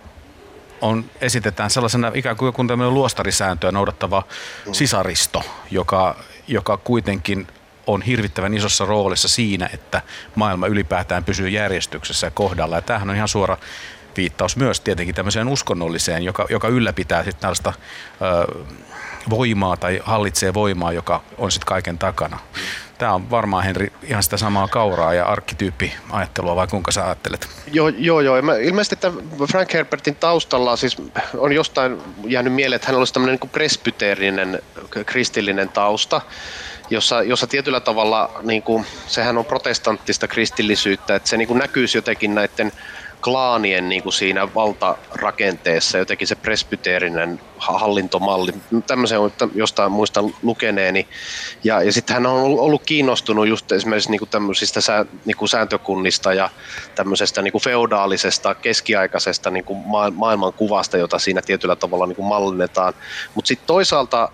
Speaker 4: on, esitetään sellaisena ikään kuin joku tämmöinen luostarisääntöä noudattava sisaristo, joka, joka kuitenkin on hirvittävän isossa roolissa siinä, että maailma ylipäätään pysyy järjestyksessä ja kohdalla. Ja tämähän on ihan suora viittaus myös tietenkin tämmöiseen uskonnolliseen, joka, joka ylläpitää sitten tällaista ö, voimaa tai hallitsee voimaa, joka on sitten kaiken takana. Tämä on varmaan, Henri, ihan sitä samaa kauraa ja arkkityyppiajattelua, vai kuinka sä ajattelet?
Speaker 6: Joo, joo. joo. Mä, ilmeisesti tämän Frank Herbertin taustalla siis on jostain jäänyt mieleen, että hän olisi tämmöinen niin kuin presbyteerinen kristillinen tausta, jossa, jossa tietyllä tavalla, niin kuin, sehän on protestanttista kristillisyyttä, että se niin kuin näkyisi jotenkin näiden klaanien niin kuin siinä valtarakenteessa, jotenkin se presbyteerinen hallintomalli. Tämmöisen on jostain muista lukeneeni. Ja, ja sitten hän on ollut kiinnostunut just esimerkiksi niin kuin tämmöisistä sää, niin kuin sääntökunnista ja tämmöisestä niin kuin feudaalisesta, keskiaikaisesta niin kuin maailmankuvasta, jota siinä tietyllä tavalla niin kuin mallinnetaan. Mutta sitten toisaalta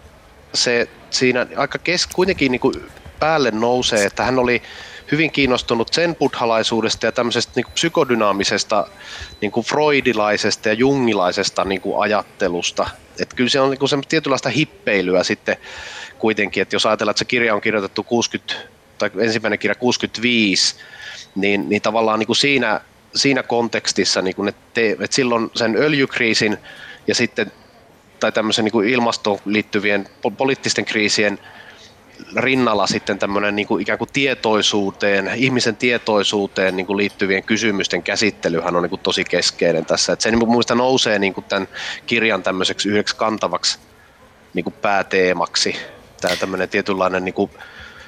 Speaker 6: se siinä aika kes, kuitenkin niin kuin päälle nousee, että hän oli hyvin kiinnostunut zen-buddhalaisuudesta ja tämmöisestä niin kuin psykodynaamisesta, niin kuin freudilaisesta ja jungilaisesta niin kuin ajattelusta. Että kyllä se on niin kuin semmoista tietynlaista hippeilyä sitten kuitenkin, että jos ajatellaan, että se kirja on kirjoitettu kuusikymmentä, tai ensimmäinen kirja kuusikymmentäviisi, niin, niin tavallaan niin kuin siinä, siinä kontekstissa, niin kuin, että, te, että silloin sen öljykriisin ja sitten tai tämmöisen niin kuin ilmastoon liittyvien poliittisten kriisien rinnalla sitten tämmöinen niin kuin ikään kuin tietoisuuteen, ihmisen tietoisuuteen niin kuin liittyvien kysymysten käsittelyhän on niin kuin tosi keskeinen tässä. Että se niin muista nousee niin kuin tämän kirjan tämmöiseksi yhdeksi kantavaksi niin kuin pääteemaksi. Tämä tämmöinen tietynlainen niin kuin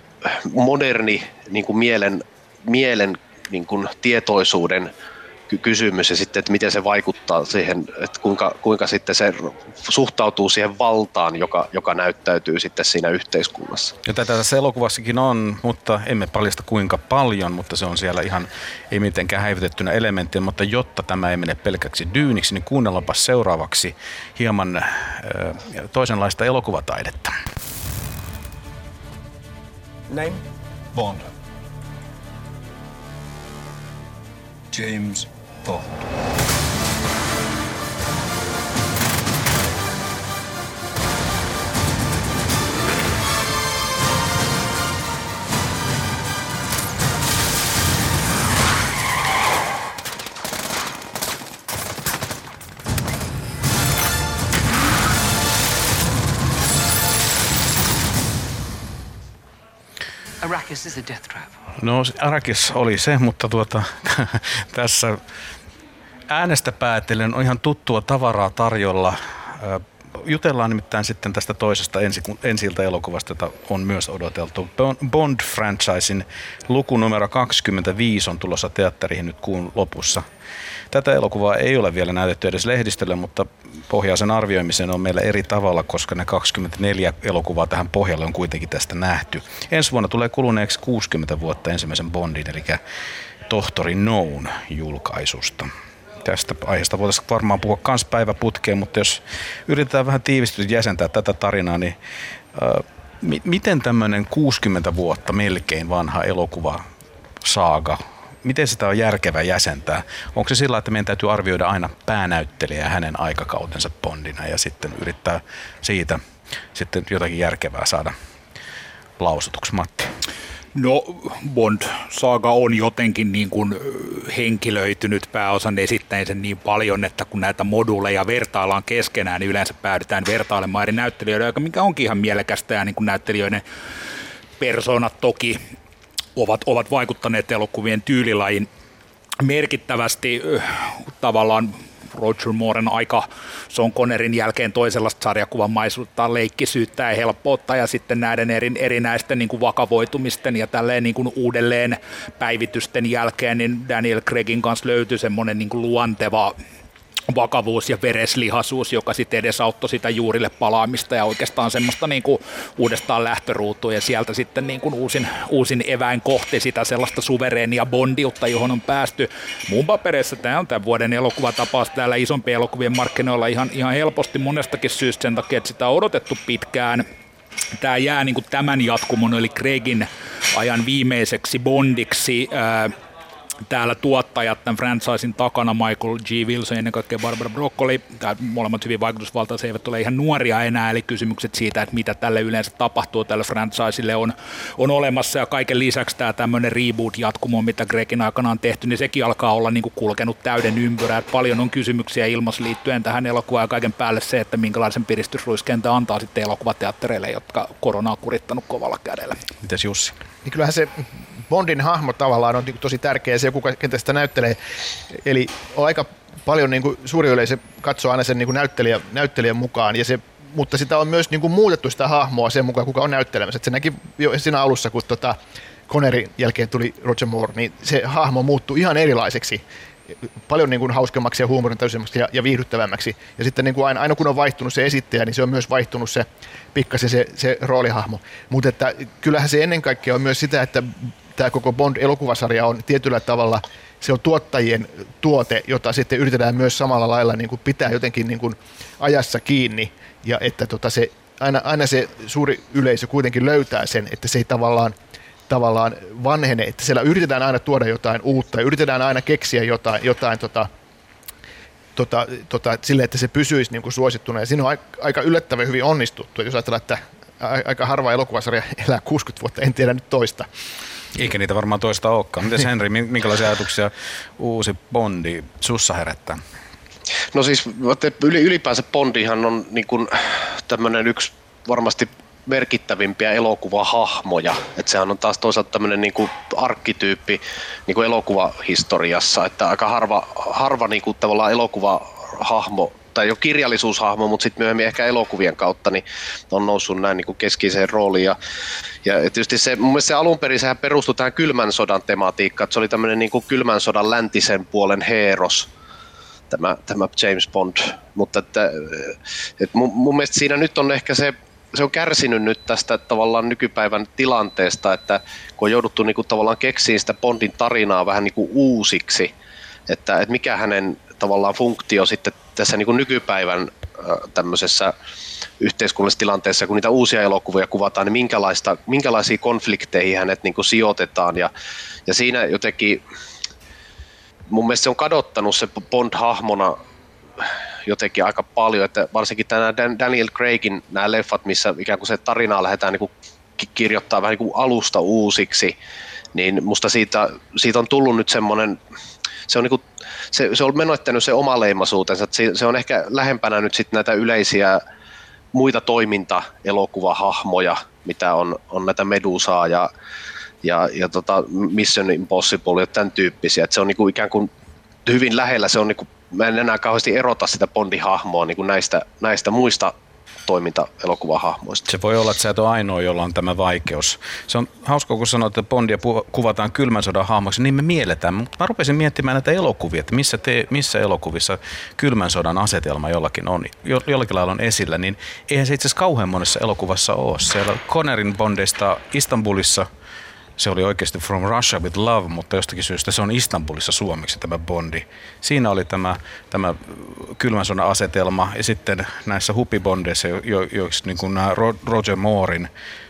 Speaker 6: moderni niin kuin mielen, mielen niin kuin tietoisuuden kysymys ja sitten, että miten se vaikuttaa siihen, että kuinka, kuinka sitten se suhtautuu siihen valtaan, joka, joka näyttäytyy sitten siinä yhteiskunnassa.
Speaker 4: Ja tätä tässä elokuvassakin on, mutta emme paljasta kuinka paljon, mutta se on siellä ihan ei mitenkään häivytettynä elementtinä, mutta jotta tämä ei mene pelkäksi dyyniksi, niin kuunnellaanpa seuraavaksi hieman äh, toisenlaista elokuvataidetta.
Speaker 8: Name?
Speaker 9: Bond. James Bond.
Speaker 3: Arrakis is a death trap.
Speaker 4: No Arrakis oli se, mutta tuota, tässä äänestä päätellen on ihan tuttua tavaraa tarjolla. Jutellaan nimittäin sitten tästä toisesta ensi, ensi-ilta elokuvasta, jota on myös odoteltu. Bond-franchisin luku numero kaksikymmentäviisi on tulossa teatteriin nyt kuun lopussa. Tätä elokuvaa ei ole vielä näytetty edes lehdistölle, mutta pohjaisen arvioimiseen on meillä eri tavalla, koska ne kaksikymmentäneljä elokuvaa tähän pohjalle on kuitenkin tästä nähty. Ensi vuonna tulee kuluneeksi kuusikymmentä vuotta ensimmäisen Bondin, eli Tohtori Noon julkaisusta. Tästä aiheesta voitaisiin varmaan puhua kans päiväputkeen, mutta jos yritetään vähän tiivistyä jäsentää tätä tarinaa, niin äh, mi- miten tämmöinen kuusikymmentä vuotta melkein vanha elokuva saaga, miten sitä on järkevää jäsentää? Onko se sillä, että meidän täytyy arvioida aina päänäyttelijä ja hänen aikakautensa Bondina ja sitten yrittää siitä sitten jotakin järkevää saada lausutuksi, Matti?
Speaker 5: No Bond-saaga on jotenkin niin kuin henkilöitynyt pääosan esittäen sen niin paljon, että kun näitä moduuleja vertaillaan keskenään, niin yleensä päädytään vertailemaan eri näyttelijöiden, mikä onkin ihan mielekästä ja niin kuin näyttelijöiden persoonat toki ovat, ovat vaikuttaneet elokuvien tyylilajin merkittävästi tavallaan. Roger Mooren aika Sean Connerin jälkeen toisenlaista sarjakuvamaisuutta, leikkisyyttä ja helppoutta ja sitten näiden eri, erinäisten niin kuin vakavoitumisten ja tälleen niin kuin uudelleen päivitysten jälkeen niin Daniel Craigin kanssa löytyi semmoinen niin kuin luonteva vakavuus ja vereslihaisuus, joka sitten edesauttoi sitä juurille palaamista ja oikeastaan semmoista niin kuin uudestaan lähtöruutua ja sieltä sitten niin kuin uusin, uusin eväin kohti sitä sellaista suvereenia bondiutta, johon on päästy. Mun paperissa tämä on tämän vuoden elokuvatapaus täällä isompien elokuvien markkinoilla ihan, ihan helposti monestakin syystä sen takia, että sitä on odotettu pitkään. Tämä jää niin kuin tämän jatkumon eli Craigin ajan viimeiseksi bondiksi. Ää, Täällä tuottajat tämän franchisin takana, Michael G. Wilson ja ennen kaikkea Barbara Broccoli, tämä molemmat hyvin vaikutusvaltaisia, eivät ole ihan nuoria enää, eli kysymykset siitä, että mitä tälle yleensä tapahtuu tälle franchiselle on, on olemassa, ja kaiken lisäksi tämä tämmöinen reboot-jatkumo, mitä Craigin aikana on tehty, niin sekin alkaa olla niin kuin kulkenut täyden ympyrää, että paljon on kysymyksiä ilmassa liittyen tähän elokuvaan, ja kaiken päälle se, että minkälaisen piristysruiskentä antaa sitten elokuvateattereille, jotka korona on kurittanut kovalla kädellä.
Speaker 4: Mitäs Jussi?
Speaker 7: Niin kyllähän se Bondin hahmo tavallaan on tosi tärkeä, se joku ketä sitä näyttelee. Eli on aika paljon niin kuin suuri yleisö katsoo aina sen niin kuin näyttelijä, näyttelijän mukaan, ja se, mutta sitä on myös niin kuin muutettu sitä hahmoa sen mukaan, kuka on näyttelemässä. Et se näki jo siinä alussa, kun tota Connerin jälkeen tuli Roger Moore, niin se hahmo muuttui ihan erilaiseksi. Paljon niin kuin hauskemmaksi ja huumorintäysemmäksi ja, ja viihdyttävämmäksi. Ja sitten niin kuin aina, aina kun on vaihtunut se esittäjä, niin se on myös vaihtunut se pikkasen se, se roolihahmo. Mutta että kyllähän se ennen kaikkea on myös sitä, että tämä koko Bond-elokuvasarja on tietyllä tavalla, se on tuottajien tuote, jota sitten yritetään myös samalla lailla niin kuin pitää jotenkin niin kuin ajassa kiinni. Ja että tota se, aina, aina se suuri yleisö kuitenkin löytää sen, että se ei tavallaan tavallaan vanhene, että siellä yritetään aina tuoda jotain uutta ja yritetään aina keksiä jotain, jotain tota, tota, tota, sille, että se pysyisi niin kuin suosittuna. Ja siinä on aika yllättävän hyvin onnistuttu. Jos ajatellaan, että aika harva elokuvasarja elää kuusikymmentä vuotta, en tiedä nyt toista.
Speaker 4: Eikä niitä varmaan toista olekaan. Mites Henri, minkälaisia ajatuksia uusi Bondi sussa herättää?
Speaker 6: No siis ylipäänsä Bondihan on niin kuin tämmöinen yksi varmasti merkittävimpiä elokuvahahmoja. Että sehän on taas toisaalta tämmöinen niin kuin arkkityyppi niin kuin elokuvahistoriassa, että aika harva, harva niin kuin tavallaan elokuvahahmo tai jo kirjallisuushahmo, mutta sitten myöhemmin ehkä elokuvien kautta niin on noussut näin niin kuin keskeiseen rooliin. Ja, ja tietysti se, mun mielestä se alun perin sehän perustui tähän kylmän sodan tematiikkaan, että se oli tämmöinen niin kuin kylmän sodan läntisen puolen heeros, tämä, tämä James Bond. Mutta että, että mun, mun mielestä siinä nyt on ehkä se, se on kärsinyt nyt tästä tavallaan nykypäivän tilanteesta, että kun on jouduttu niin kuin tavallaan keksiin sitä Bondin tarinaa vähän niin kuin uusiksi, että, että mikä hänen tavallaan funktio sitten tässä niin kuin nykypäivän tämmöisessä yhteiskunnallisessa tilanteessa, kun niitä uusia elokuvia kuvataan, niin minkälaista, minkälaisia konflikteihin hänet niin kuin sijoitetaan. Ja, ja siinä jotenkin mun mielestä se on kadottanut se Bond-hahmona jotenkin aika paljon, että varsinkin tämä Daniel Craigin nämä leffat, missä ikään kuin se tarinaa lähdetään niin kuin kirjoittaa vähän niin kuin alusta uusiksi, niin musta siitä, siitä on tullut nyt semmoinen, se on, niin kuin, se, se on menettänyt se oma leimaisuutensa, että se, se on ehkä lähempänä nyt sitten näitä yleisiä muita toiminta-elokuvahahmoja, mitä on, on näitä Medusaa ja, ja, ja tota Mission Impossible ja tämän tyyppisiä, että se on niin kuin ikään kuin hyvin lähellä, se on niin kuin, mä en enää kauheasti erota sitä Bondin-hahmoa niin kuin näistä, näistä muista toiminta-elokuvahahmoista.
Speaker 4: Se voi olla, että sä et ole ainoa, jolla on tämä vaikeus. Se on hauska, kun sanoit, että Bondia kuvataan kylmän sodan hahmoksi, niin me mielletään. Mutta mä rupesin miettimään näitä elokuvia, että missä, te, missä elokuvissa kylmän sodan asetelma jollakin on, jollakin lailla on esillä, niin eihän se itse asiassa kauhean monessa elokuvassa ole. Siellä Connerin Bondeista Istanbulissa, se oli oikeasti From Russia with Love, mutta jostakin syystä se on Istanbulissa suomeksi tämä Bondi. Siinä oli tämä, tämä kylmän sodan asetelma ja sitten näissä hupibondeissa, joiksi niin kuin nämä Roger Moorin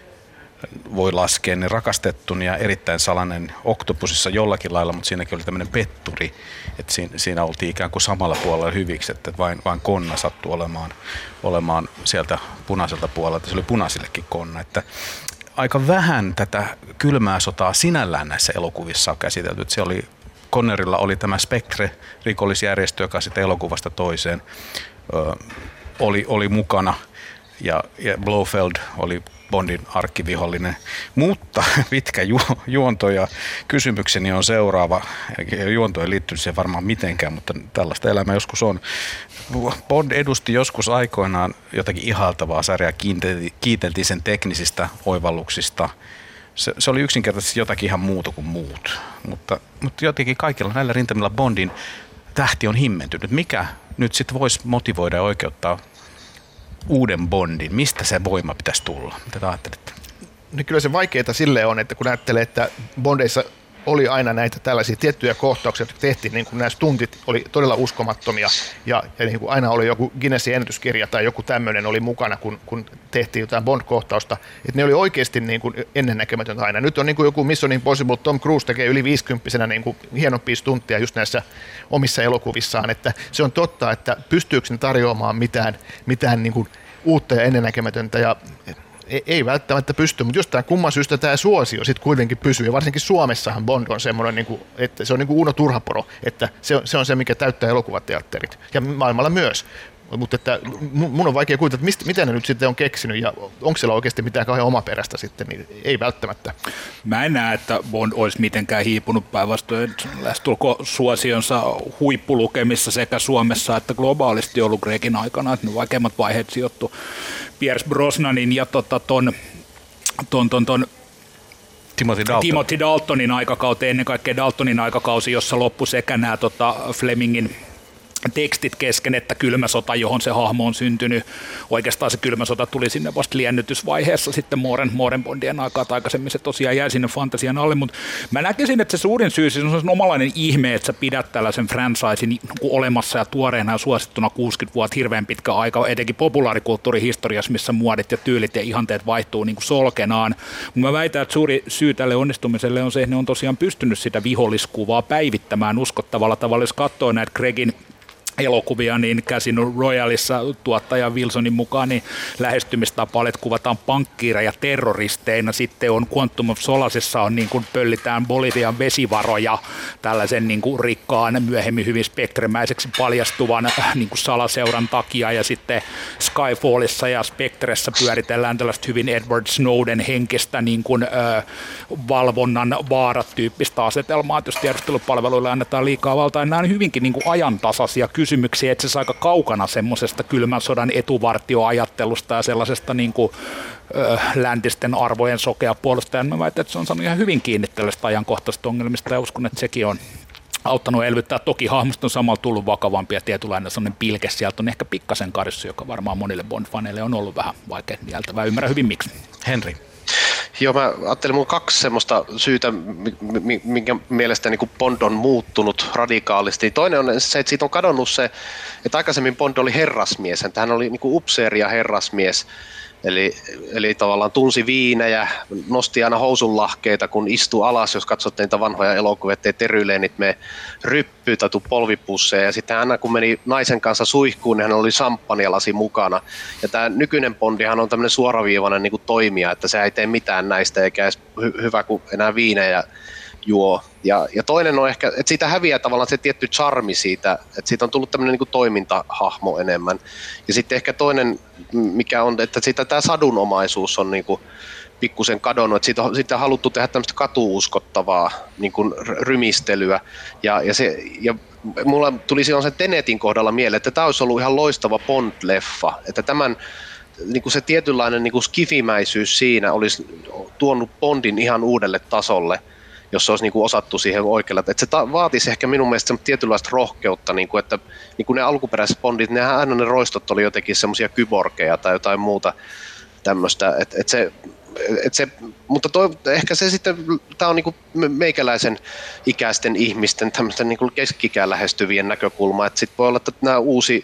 Speaker 4: voi laskea, niin rakastettun ja erittäin salainen Octopusissa jollakin lailla, mutta siinäkin oli tämmöinen petturi, että siinä, siinä oltiin ikään kuin samalla puolella hyviksi, että vain, vain konna sattui olemaan, olemaan sieltä punaiselta puolelta, se oli punaisillekin konna, että aika vähän tätä kylmää sotaa sinällään näissä elokuvissa on käsitelty. Se oli, Connerilla oli tämä Spectre-rikollisjärjestö, joka sitten elokuvasta toiseen ö, oli, oli mukana, ja, ja Blofeld oli Bondin arkkivihollinen. Mutta pitkä ju, juonto ja kysymykseni on seuraava. Juonto ei liittynyt siihen varmaan mitenkään, mutta tällaista elämää joskus on. Bond edusti joskus aikoinaan jotakin ihaltavaa sarjaa, kiiteltiin sen teknisistä oivalluksista. Se, se oli yksinkertaisesti jotakin ihan muuta kuin muut, mutta, mutta jotenkin kaikilla näillä rintamilla Bondin tähti on himmentynyt. Mikä nyt sitten voisi motivoida ja oikeuttaa uuden Bondin? Mistä se voima pitäisi tulla? Mitä te ajattelette?
Speaker 7: Niin kyllä se vaikeaa silleen on, että kun ajattelee, että Bondeissa oli aina näitä tällaisia tiettyjä kohtauksia, jotka tehtiin, niin kuin nämä stuntit oli todella uskomattomia ja, ja niin kuin aina oli joku Guinnessin ennätyskirja tai joku tämmöinen oli mukana, kun, kun tehtiin jotain Bond-kohtausta, että ne oli oikeasti niin kuin ennennäkemätöntä aina. Nyt on niin kuin joku Mission Impossible, Tom Cruise tekee yli viisikymppisenä niin kuin hienompia stuntteja just näissä omissa elokuvissaan, että se on totta, että pystyykö ne tarjoamaan mitään, mitään niin kuin uutta ja ennennäkemätöntä ja ei välttämättä pysty, mutta jostain kumman syystä tämä suosio sitten kuitenkin pysyy, ja varsinkin Suomessahan Bond on semmoinen, että se on niin kuin Uno Turhaporo, että se on, se on se, mikä täyttää elokuvateatterit, ja maailmalla myös. Mutta että mun on vaikea kuvitella, että mistä, mitä ne nyt sitten on keksinyt, ja onko siellä oikeasti mitään kauhean omaperäistä sitten, niin ei välttämättä.
Speaker 5: Mä en näe, että Bond olisi mitenkään hiipunut, päinvastoin lähestulko suosionsa huippulukemissa sekä Suomessa että globaalisti ollut Craigin aikana, että ne vaikeimmat vaiheet sijoittu Pierce Brosnanin ja tota ton, ton, ton, ton
Speaker 4: Timothy Dalton.
Speaker 5: Timothy Daltonin aikakauteen, ennen kaikkea Daltonin aikakausi, jossa loppui sekä nämä tota, Flemingin tekstit kesken, että kylmä sota, johon se hahmo on syntynyt. Oikeastaan se kylmä sota tuli sinne vasta liennytysvaiheessa sitten Mooren, Mooren Bondien aikaa, tai aikaisemmin se tosiaan jäi sinne fantasian alle, mutta mä näkisin, että se suurin syy siis on se omalainen ihme, että sä pidät tällaisen franchisein olemassa ja tuoreena ja suosittuna kuusikymmentä vuotta, hirveän pitkä aika, etenkin populaarikulttuurihistoriassa, missä muodit ja tyylit ja ihanteet vaihtuu niin kuin solkenaan. Mä väitän, että suuri syy tälle onnistumiselle on se, että ne on tosiaan pystynyt sitä viholliskuvaa päivittämään uskottavalla tavalla, jos katsoo näitä Craigin elokuvia, niin Casino Royaleissa tuottaja Wilsonin mukaan niin lähestymistapa, että kuvataan pankkiireja terroristeina. Sitten on Quantum of Solacessa on niin kuin pöllitään Bolivian vesivaroja tällaisen niin kuin rikkaan, myöhemmin hyvin spektremäiseksi paljastuvan niin kuin salaseuran takia. Ja sitten Skyfallissa ja Spectressä pyöritellään tällaista hyvin Edward Snowden henkistä niin kuin, ö, valvonnan vaarat-tyyppistä asetelmaa. Jos tiedustelupalveluille annetaan liikaa valtaa, niin nämä on hyvinkin niin kuin ajantasaisia kysymyksiä, että se on aika kaukana semmoisesta kylmän sodan etuvartioajattelusta ja sellaisesta niin kuin, ö, läntisten arvojen sokea puolustajan. Mä väitän, että se on saanut ihan hyvin kiinni tällaista ajankohtaisista ongelmista ja uskon, että sekin on auttanut elvyttää. Toki hahmosta on samalla tullut vakavampi ja tietynlainen sellainen pilke sieltä on ehkä pikkasen karissu, joka varmaan monille Bond-faneille on ollut vähän vaikea nieltävää. Ymmärrän hyvin miksi.
Speaker 4: Henri.
Speaker 6: Joo, mä ajattelin, mulla on kaksi semmoista syytä, minkä mielestäni niin Bond on muuttunut radikaalisti. Toinen on se, että siitä on kadonnut se, että aikaisemmin Bond oli herrasmies, että hän oli niin kuin upseeri ja herrasmies. Eli, eli tavallaan tunsi viinejä, nosti aina housunlahkeita, kun istui alas, jos katsotte niitä vanhoja elokuvia, ettei teryleenit mene ryppyyn tai tuu polvipusseja. Ja sitten aina kun meni naisen kanssa suihkuun, niin hän oli samppanjalasi mukana. Ja tämä nykyinen Bondihan on tämmöinen suoraviivainen niin kuin toimija, että se ei tee mitään näistä eikä edes hy- hyvä kuin enää viinejä juo. Ja, ja toinen on ehkä, että siitä häviää tavallaan se tietty charmi siitä, että siitä on tullut tämmöinen niin kuin toimintahahmo enemmän. Ja sitten ehkä toinen, mikä on, että siitä tämä sadunomaisuus on niin kuin pikkusen kadonnut, että siitä on, siitä on haluttu tehdä tämmöistä katuuskottavaa niin kuin rymistelyä. Ja, ja, se, ja mulla tuli silloin sen Tenetin kohdalla mieleen, että tämä olisi ollut ihan loistava Bond-leffa, että tämän niin kuin se tietynlainen niin kuin skifimäisyys siinä olisi tuonut Bondin ihan uudelle tasolle, jos se olisi niin kuin osattu siihen oikealle. Että se ta- vaatisi ehkä minun mielestä tietynlaista rohkeutta, niin kuin että niin kuin ne alkuperäiset Bondit, nehän aina ne roistot oli jotenkin semmoisia kyborgeja tai jotain muuta tämmöistä. Et, et se, et se, mutta toi, ehkä se sitten, tämä on niin kuin meikäläisen ikäisten ihmisten tämmöisten niin kuin keski-ikään lähestyvien näkökulma, että sitten voi olla, että nämä uusi,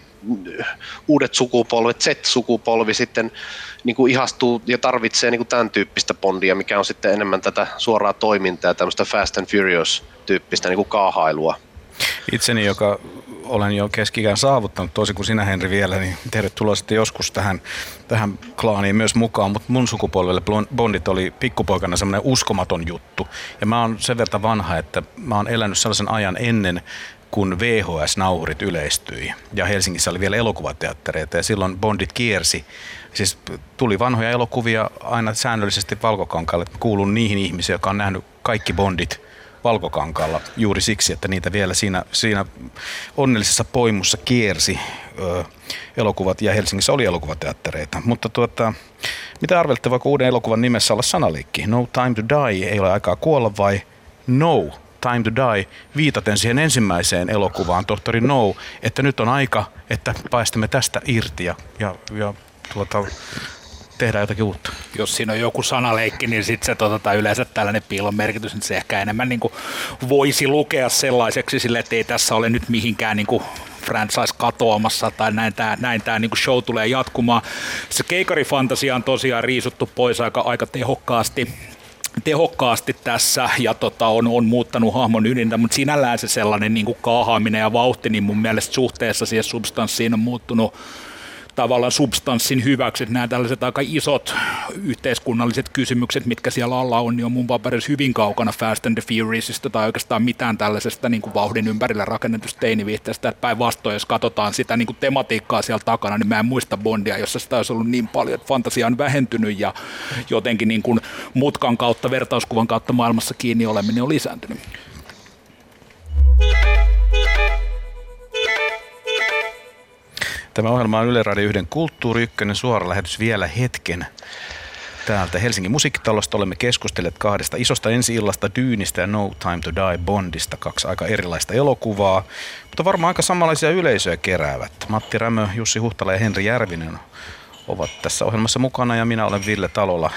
Speaker 6: uudet sukupolvet, Z-sukupolvi sitten niin kuin ihastuu ja tarvitsee niin kuin tämän tyyppistä Bondia, mikä on sitten enemmän tätä suoraa toimintaa ja tämmöistä Fast and Furious-tyyppistä niin kuin kaahailua.
Speaker 4: Itseni, joka olen jo keski-ikään saavuttanut, toisin kuin sinä Henri vielä, niin tervetuloa sitten joskus tähän, tähän klaaniin myös mukaan, mutta mun sukupolvelle Bondit oli pikkupoikana semmoinen uskomaton juttu. Ja mä oon sen verran vanha, että mä oon elänyt sellaisen ajan ennen, kun V H S-nauhurit yleistyi ja Helsingissä oli vielä elokuvateattereita ja silloin Bondit kiersi. Siis tuli vanhoja elokuvia aina säännöllisesti Valkokankaalle. Kuulun niihin ihmisiin, jotka on nähnyt kaikki Bondit Valkokankaalla juuri siksi, että niitä vielä siinä, siinä onnellisessa poimussa kiersi ö, elokuvat ja Helsingissä oli elokuvateattereita. Mutta tuota, mitä arvelette, voiko uuden elokuvan nimessä olla sanaliikki? No Time to Die, ei ole aikaa kuolla vai No Time to Die, viitaten siihen ensimmäiseen elokuvaan, tohtori No, että nyt on aika, että päästämme tästä irti ja, ja, ja tuota, tehdään jotakin uutta.
Speaker 5: Jos siinä on joku sanaleikki, niin sitten se tota, yleensä tällainen piilon merkitys, niin se ehkä enemmän niin kuin voisi lukea sellaiseksi sille, että ei tässä ole nyt mihinkään niin kuin franchise katoamassa tai näin tämä näin tää, niin kuin show tulee jatkumaan. Se keikarifantasia on tosiaan riisuttu pois aika, aika tehokkaasti. tehokkaasti tässä ja tota, on, on muuttanut hahmon ydintä, mutta sinällään se sellainen niin kuin kaahaaminen ja vauhti, niin mun mielestä suhteessa siihen substanssiin on muuttunut tavallaan substanssin hyväksi, että nämä tällaiset aika isot yhteiskunnalliset kysymykset, mitkä siellä alla on, niin on mun paperissa hyvin kaukana Fast and the Furiousista tai oikeastaan mitään tällaisesta niin kuin vauhdin ympärillä rakennetusta teiniviihteestä. Päinvastoin, jos katsotaan sitä niin kuin tematiikkaa siellä takana, niin mä en muista Bondia, jossa sitä olisi ollut niin paljon, että fantasia on vähentynyt ja jotenkin niin kuin mutkan kautta, vertauskuvan kautta maailmassa kiinni oleminen on lisääntynyt.
Speaker 4: Tämä ohjelma on Yle Radio yhden Kulttuuri Ykkönen suora lähetys vielä hetken. Täältä Helsingin musiikkitalosta olemme keskustelleet kahdesta isosta ensi-illasta, Dyynistä ja No Time to Die Bondista, kaksi aika erilaista elokuvaa, mutta varmaan aika samanlaisia yleisöjä keräävät. Matti Rämö, Jussi Huhtala ja Henri Järvinen ovat tässä ohjelmassa mukana ja minä olen Ville Talola.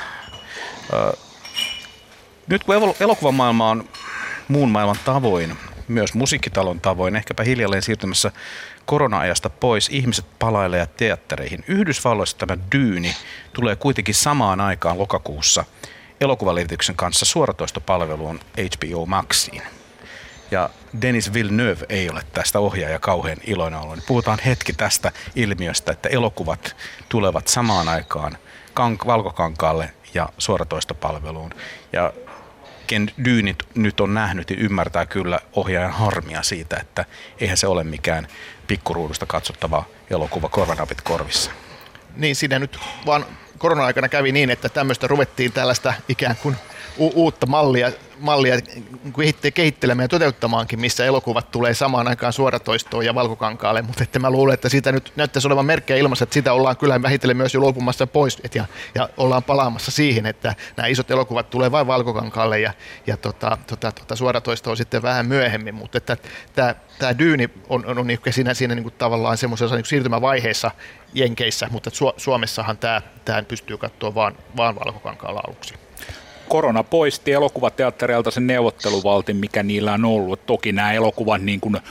Speaker 4: Nyt kun elokuvamaailma on muun maailman tavoin, myös musiikkitalon tavoin, ehkäpä hiljalleen siirtymässä korona-ajasta pois, ihmiset palailee teattereihin. Yhdysvalloissa tämä Dyyni tulee kuitenkin samaan aikaan lokakuussa elokuvalevityksen kanssa suoratoistopalveluun H B O Maxiin. Ja Denis Villeneuve ei ole tästä ohjaaja kauhean iloinen ollut. Puhutaan hetki tästä ilmiöstä, että elokuvat tulevat samaan aikaan kank- valkokankaalle ja suoratoistopalveluun. Ja ken Dyynit nyt on nähnyt, niin ymmärtää kyllä ohjaajan harmia siitä, että eihän se ole mikään pikkuruudusta katsottava elokuva korvanapit korvissa.
Speaker 7: Niin, siinä nyt vaan korona-aikana kävi niin, että tämmöistä ruvettiin tällaista ikään kuin u- uutta mallia, mallia kehittelemään ja toteuttamaankin, missä elokuvat tulee samaan aikaan suoratoistoon ja valkokankaalle, mutta että mä luulen, että siitä nyt näyttäisi olevan merkkejä ilmassa, että sitä ollaan kyllä vähitellen myös jo luopumassa pois et ja, ja ollaan palaamassa siihen, että nämä isot elokuvat tulee vain valkokankaalle ja, ja tota, tota, tota, suoratoistoon sitten vähän myöhemmin, mutta että tämä, tämä Dyyni on, on, on siinä, siinä niin kuin tavallaan semmoisessa niin kuin siirtymävaiheessa Jenkeissä, mutta Su- Suomessahan tämä, tämä pystyy katsoa vaan, vaan valkokankaalla aluksi.
Speaker 5: Korona poisti elokuvateattereilta sen neuvotteluvaltin, mikä niillä on ollut. Toki nämä elokuvat niin kuin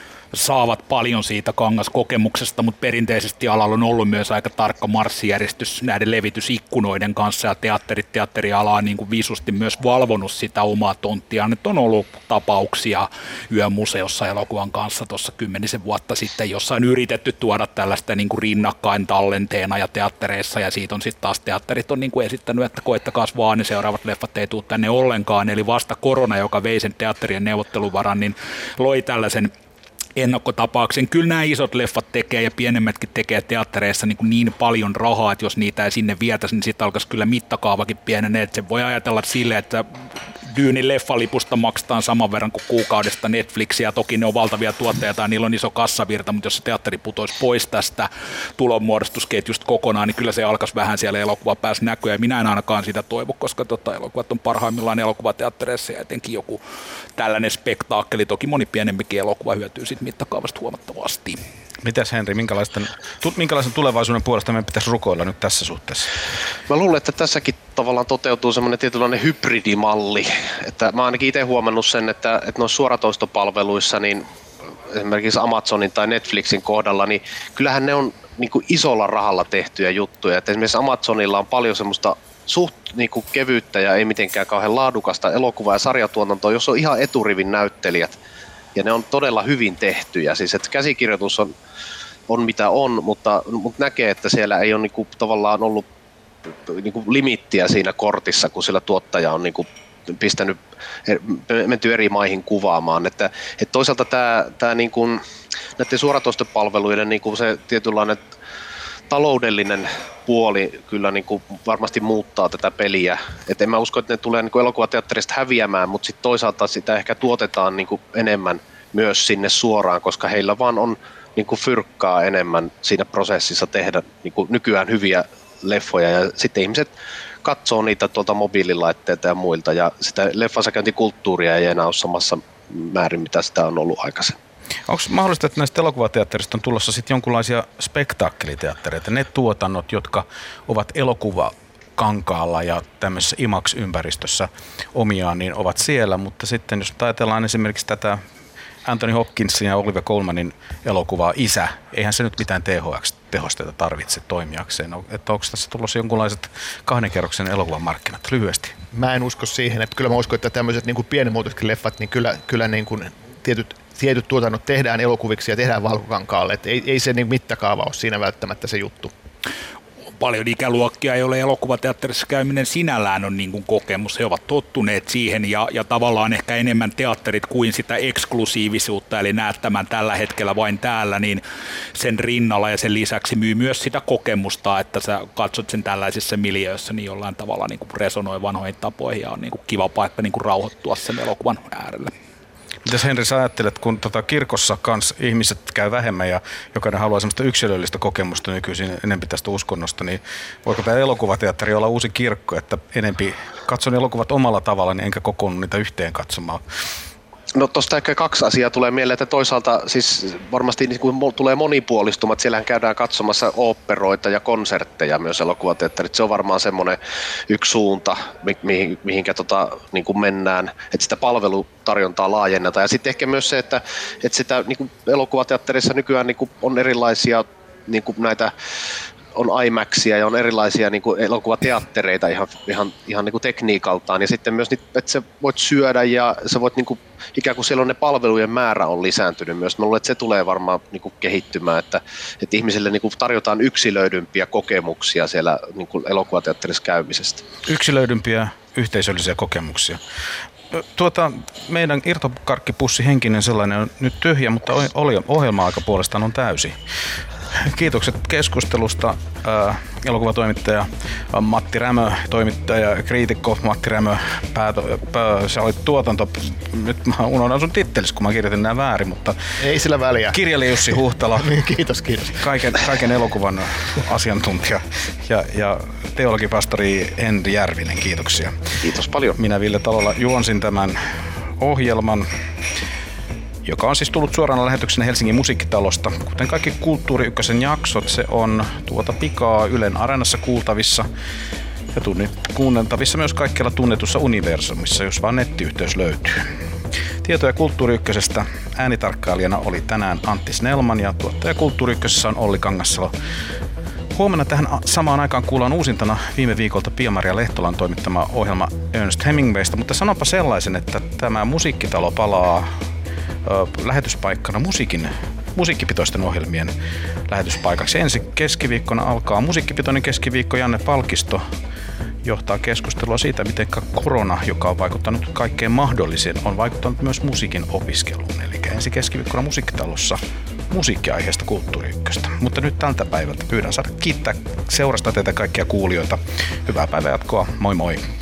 Speaker 5: saavat paljon siitä kangaskokemuksesta, mutta perinteisesti alalla on ollut myös aika tarkka marssijärjestys näiden levitysikkunoiden kanssa, ja teatterit, teatteriala on niin kuin visusti myös valvonut sitä omaa tonttiaan. Nyt on ollut tapauksia Yömuseossa elokuvan kanssa tuossa kymmenisen vuotta sitten, jossa on yritetty tuoda tällaista niin kuin rinnakkain tallenteena ja teattereissa, ja siitä on sitten taas teatterit on niin kuin esittänyt, että koettakaas vaan, ne seuraavat leffat ei tule tänne ollenkaan, eli vasta korona, joka vei sen teatterien neuvotteluvaran, niin loi tällaisen ennakkotapauksen. Kyllä nämä isot leffat tekee ja pienemmätkin tekee teattereissa niin, niin paljon rahaa, että jos niitä ei sinne vietäisi, niin sitten alkaisi kyllä mittakaavakin pienenee. Että se voi ajatella silleen, että Dyynin leffalipusta maksetaan saman verran kuin kuukaudesta Netflixiä. Toki ne on valtavia tuotteita ja niillä on iso kassavirta, mutta jos se teatteri putoisi pois tästä tulonmuodostusketjusta kokonaan, niin kyllä se alkaisi vähän siellä elokuvan päässä näkyä. Ja minä en ainakaan sitä toivo, koska tota, elokuvat on parhaimmillaan elokuvateattereissa ja etenkin joku tällainen spektaakkeli. Toki moni pienempikin elokuva hyötyy siitä mittakaavasta huomattavasti.
Speaker 4: Mitäs Henri, minkälaisen, minkälaisen tulevaisuuden puolesta meidän pitäisi rukoilla nyt tässä suhteessa?
Speaker 6: Mä luulen, että tässäkin tavallaan toteutuu semmoinen tietynlainen hybridimalli. Että mä ainakin itse huomannut sen, että, että noissa suoratoistopalveluissa, niin esimerkiksi Amazonin tai Netflixin kohdalla, niin kyllähän ne on niin kuin isolla rahalla tehtyjä juttuja. Että esimerkiksi Amazonilla on paljon semmoista suht niin kuin kevyyttä ja ei mitenkään kauhean laadukasta elokuvaa ja sarjatuotantoa, jos on ihan eturivin näyttelijät. Ja ne on todella hyvin tehtyjä. Siis että käsikirjoitus on, on mitä on, mutta, mutta näkee, että siellä ei ole niinku tavallaan ollut niinku limittiä siinä kortissa, kun sillä tuottaja on niinku pistänyt, menty eri maihin kuvaamaan. Että, että toisaalta tämä, tämä niinku, näiden suoratoistopalveluiden niinku se tietynlainen taloudellinen puoli kyllä niin kuin varmasti muuttaa tätä peliä. Et en mä usko, että ne tulee niin kuin elokuvateatterista häviämään, mutta sitten toisaalta sitä ehkä tuotetaan niin kuin enemmän myös sinne suoraan, koska heillä vaan on niin kuin fyrkkaa enemmän siinä prosessissa tehdä niin kuin nykyään hyviä leffoja. Ja sitten ihmiset katsoo niitä tuolta mobiililaitteita ja muilta, ja sitä leffassakäyntikulttuuria ei enää ole samassa määrin, mitä sitä on ollut aikaisemmin.
Speaker 4: Onko mahdollista, että näistä elokuvateatterista on tulossa sitten jonkinlaisia spektaakkeliteattereita, ne tuotannot, jotka ovat elokuvakankaalla ja tämmöisessä IMAX-ympäristössä omiaan, niin ovat siellä, mutta sitten jos ajatellaan esimerkiksi tätä Anthony Hopkinsin ja Olivia Colmanin elokuvaa Isä, eihän se nyt mitään T H X-tehosteita tarvitse toimijakseen. Että onko tässä tulossa jonkunlaiset kahden kerroksen elokuvan markkinat lyhyesti?
Speaker 7: Mä en usko siihen, että kyllä mä uskon, että tämmöiset niin kuin pienimuotoisetkin leffat, niin kyllä, kyllä niin kuin tietyt, tietyt tuotannot tehdään elokuviksi ja tehdään valkokankaalle. Että ei, ei se niin mittakaava ole siinä välttämättä se juttu.
Speaker 5: Paljon ikäluokkia, joille elokuvateatterissa käyminen sinällään on niin kuin kokemus. He ovat tottuneet siihen ja, ja tavallaan ehkä enemmän teatterit kuin sitä eksklusiivisuutta, eli näet tämän tällä hetkellä vain täällä, niin sen rinnalla ja sen lisäksi myy myös sitä kokemusta, että sä katsot sen tällaisessa miljöössä, niin jollain tavalla niin kuin resonoi vanhoihin tapoihin ja on niin kuin kiva paikka niin kuin rauhoittua sen elokuvan äärelle.
Speaker 4: Mitäs Henri, sä ajattelet, kun tota kirkossa kans ihmiset käy vähemmän ja jokainen haluaa semmoista yksilöllistä kokemusta nykyisin enempi tästä uskonnosta, niin voiko tämä elokuvateatteri olla uusi kirkko, että enempi katson elokuvat omalla tavalla, niin enkä kokoonnut niitä yhteen katsomaan?
Speaker 6: No tuosta ehkä kaksi asiaa tulee mieleen, että toisaalta siis varmasti niin kun tulee monipuolistumat, siellähän käydään katsomassa oopperoita ja konsertteja myös elokuvateatterit, se on varmaan semmoinen yksi suunta, mihin, mihinkä tota, niin kuin mennään, että sitä palvelutarjontaa laajennetaan ja sitten ehkä myös se, että, että sitä niin kuin elokuvateatterissa nykyään niin kuin on erilaisia niin kuin näitä on IMAXia ja on erilaisia niin kuin elokuvateattereita ihan, ihan, ihan niin kuin tekniikaltaan ja sitten myös, että sä voit syödä ja sä voit niin kuin, ikään kuin siellä on ne palvelujen määrä on lisääntynyt myös. Mä luulen, että se tulee varmaan niin kuin kehittymään, että, että ihmisille niin kuin tarjotaan yksilöidympiä kokemuksia siellä niin kuin elokuvateatterissa käymisestä.
Speaker 4: Yksilöidympiä yhteisöllisiä kokemuksia. Tuota, meidän irtokarkkipussi henkinen sellainen on nyt tyhjä, mutta ohjelma-aika puolestaan on täysi. Kiitokset keskustelusta äh, elokuvatoimittaja Matti Rämö, toimittaja ja kriitikko Matti Rämö, pääto, pää, sä olit tuotanto, nyt mä unohdan sun tittelis, kun mä kirjoitin nämä väärin, mutta
Speaker 7: ei sillä väliä.
Speaker 4: Kirjailija Jussi Huhtala,
Speaker 7: kiitos, kiitos.
Speaker 4: Kaiken, kaiken elokuvan asiantuntija ja, ja teologipastori Henri Järvinen, kiitoksia.
Speaker 6: Kiitos paljon.
Speaker 4: Minä Ville Talola juonsin tämän ohjelman, joka on siis tullut suorana lähetyksenä Helsingin musiikkitalosta. Kuten kaikki Kulttuuri Ykkösen jaksot, se on tuota pikaa Ylen Areenassa kuultavissa ja kuunneltavissa myös kaikkialla tunnetussa universumissa, jos vaan nettiyhteys löytyy. Tietoja Kulttuuri Ykkösestä äänitarkkailijana oli tänään Antti Snellman ja tuottaja Kulttuuri Ykkösessä on Olli Kangassalo. Huomenna tähän samaan aikaan kuullaan uusintana viime viikolta Pia-Maria Lehtolan toimittama ohjelma Ernest Hemingwaysta, mutta sanonpa sellaisen, että tämä musiikkitalo palaa lähetyspaikkana musiikin, musiikkipitoisten ohjelmien lähetyspaikaksi. Ensi keskiviikkona alkaa musiikkipitoinen keskiviikko. Janne Palkisto johtaa keskustelua siitä, miten korona, joka on vaikuttanut kaikkeen mahdolliseen, on vaikuttanut myös musiikin opiskeluun. Eli ensi keskiviikkona musiikkitalossa musiikkiaiheesta Kulttuuri Ykköstä. Mutta nyt tältä päivältä pyydän saada kiittää seurasta teitä kaikkia kuulijoita. Hyvää päivänjatkoa. Moi moi!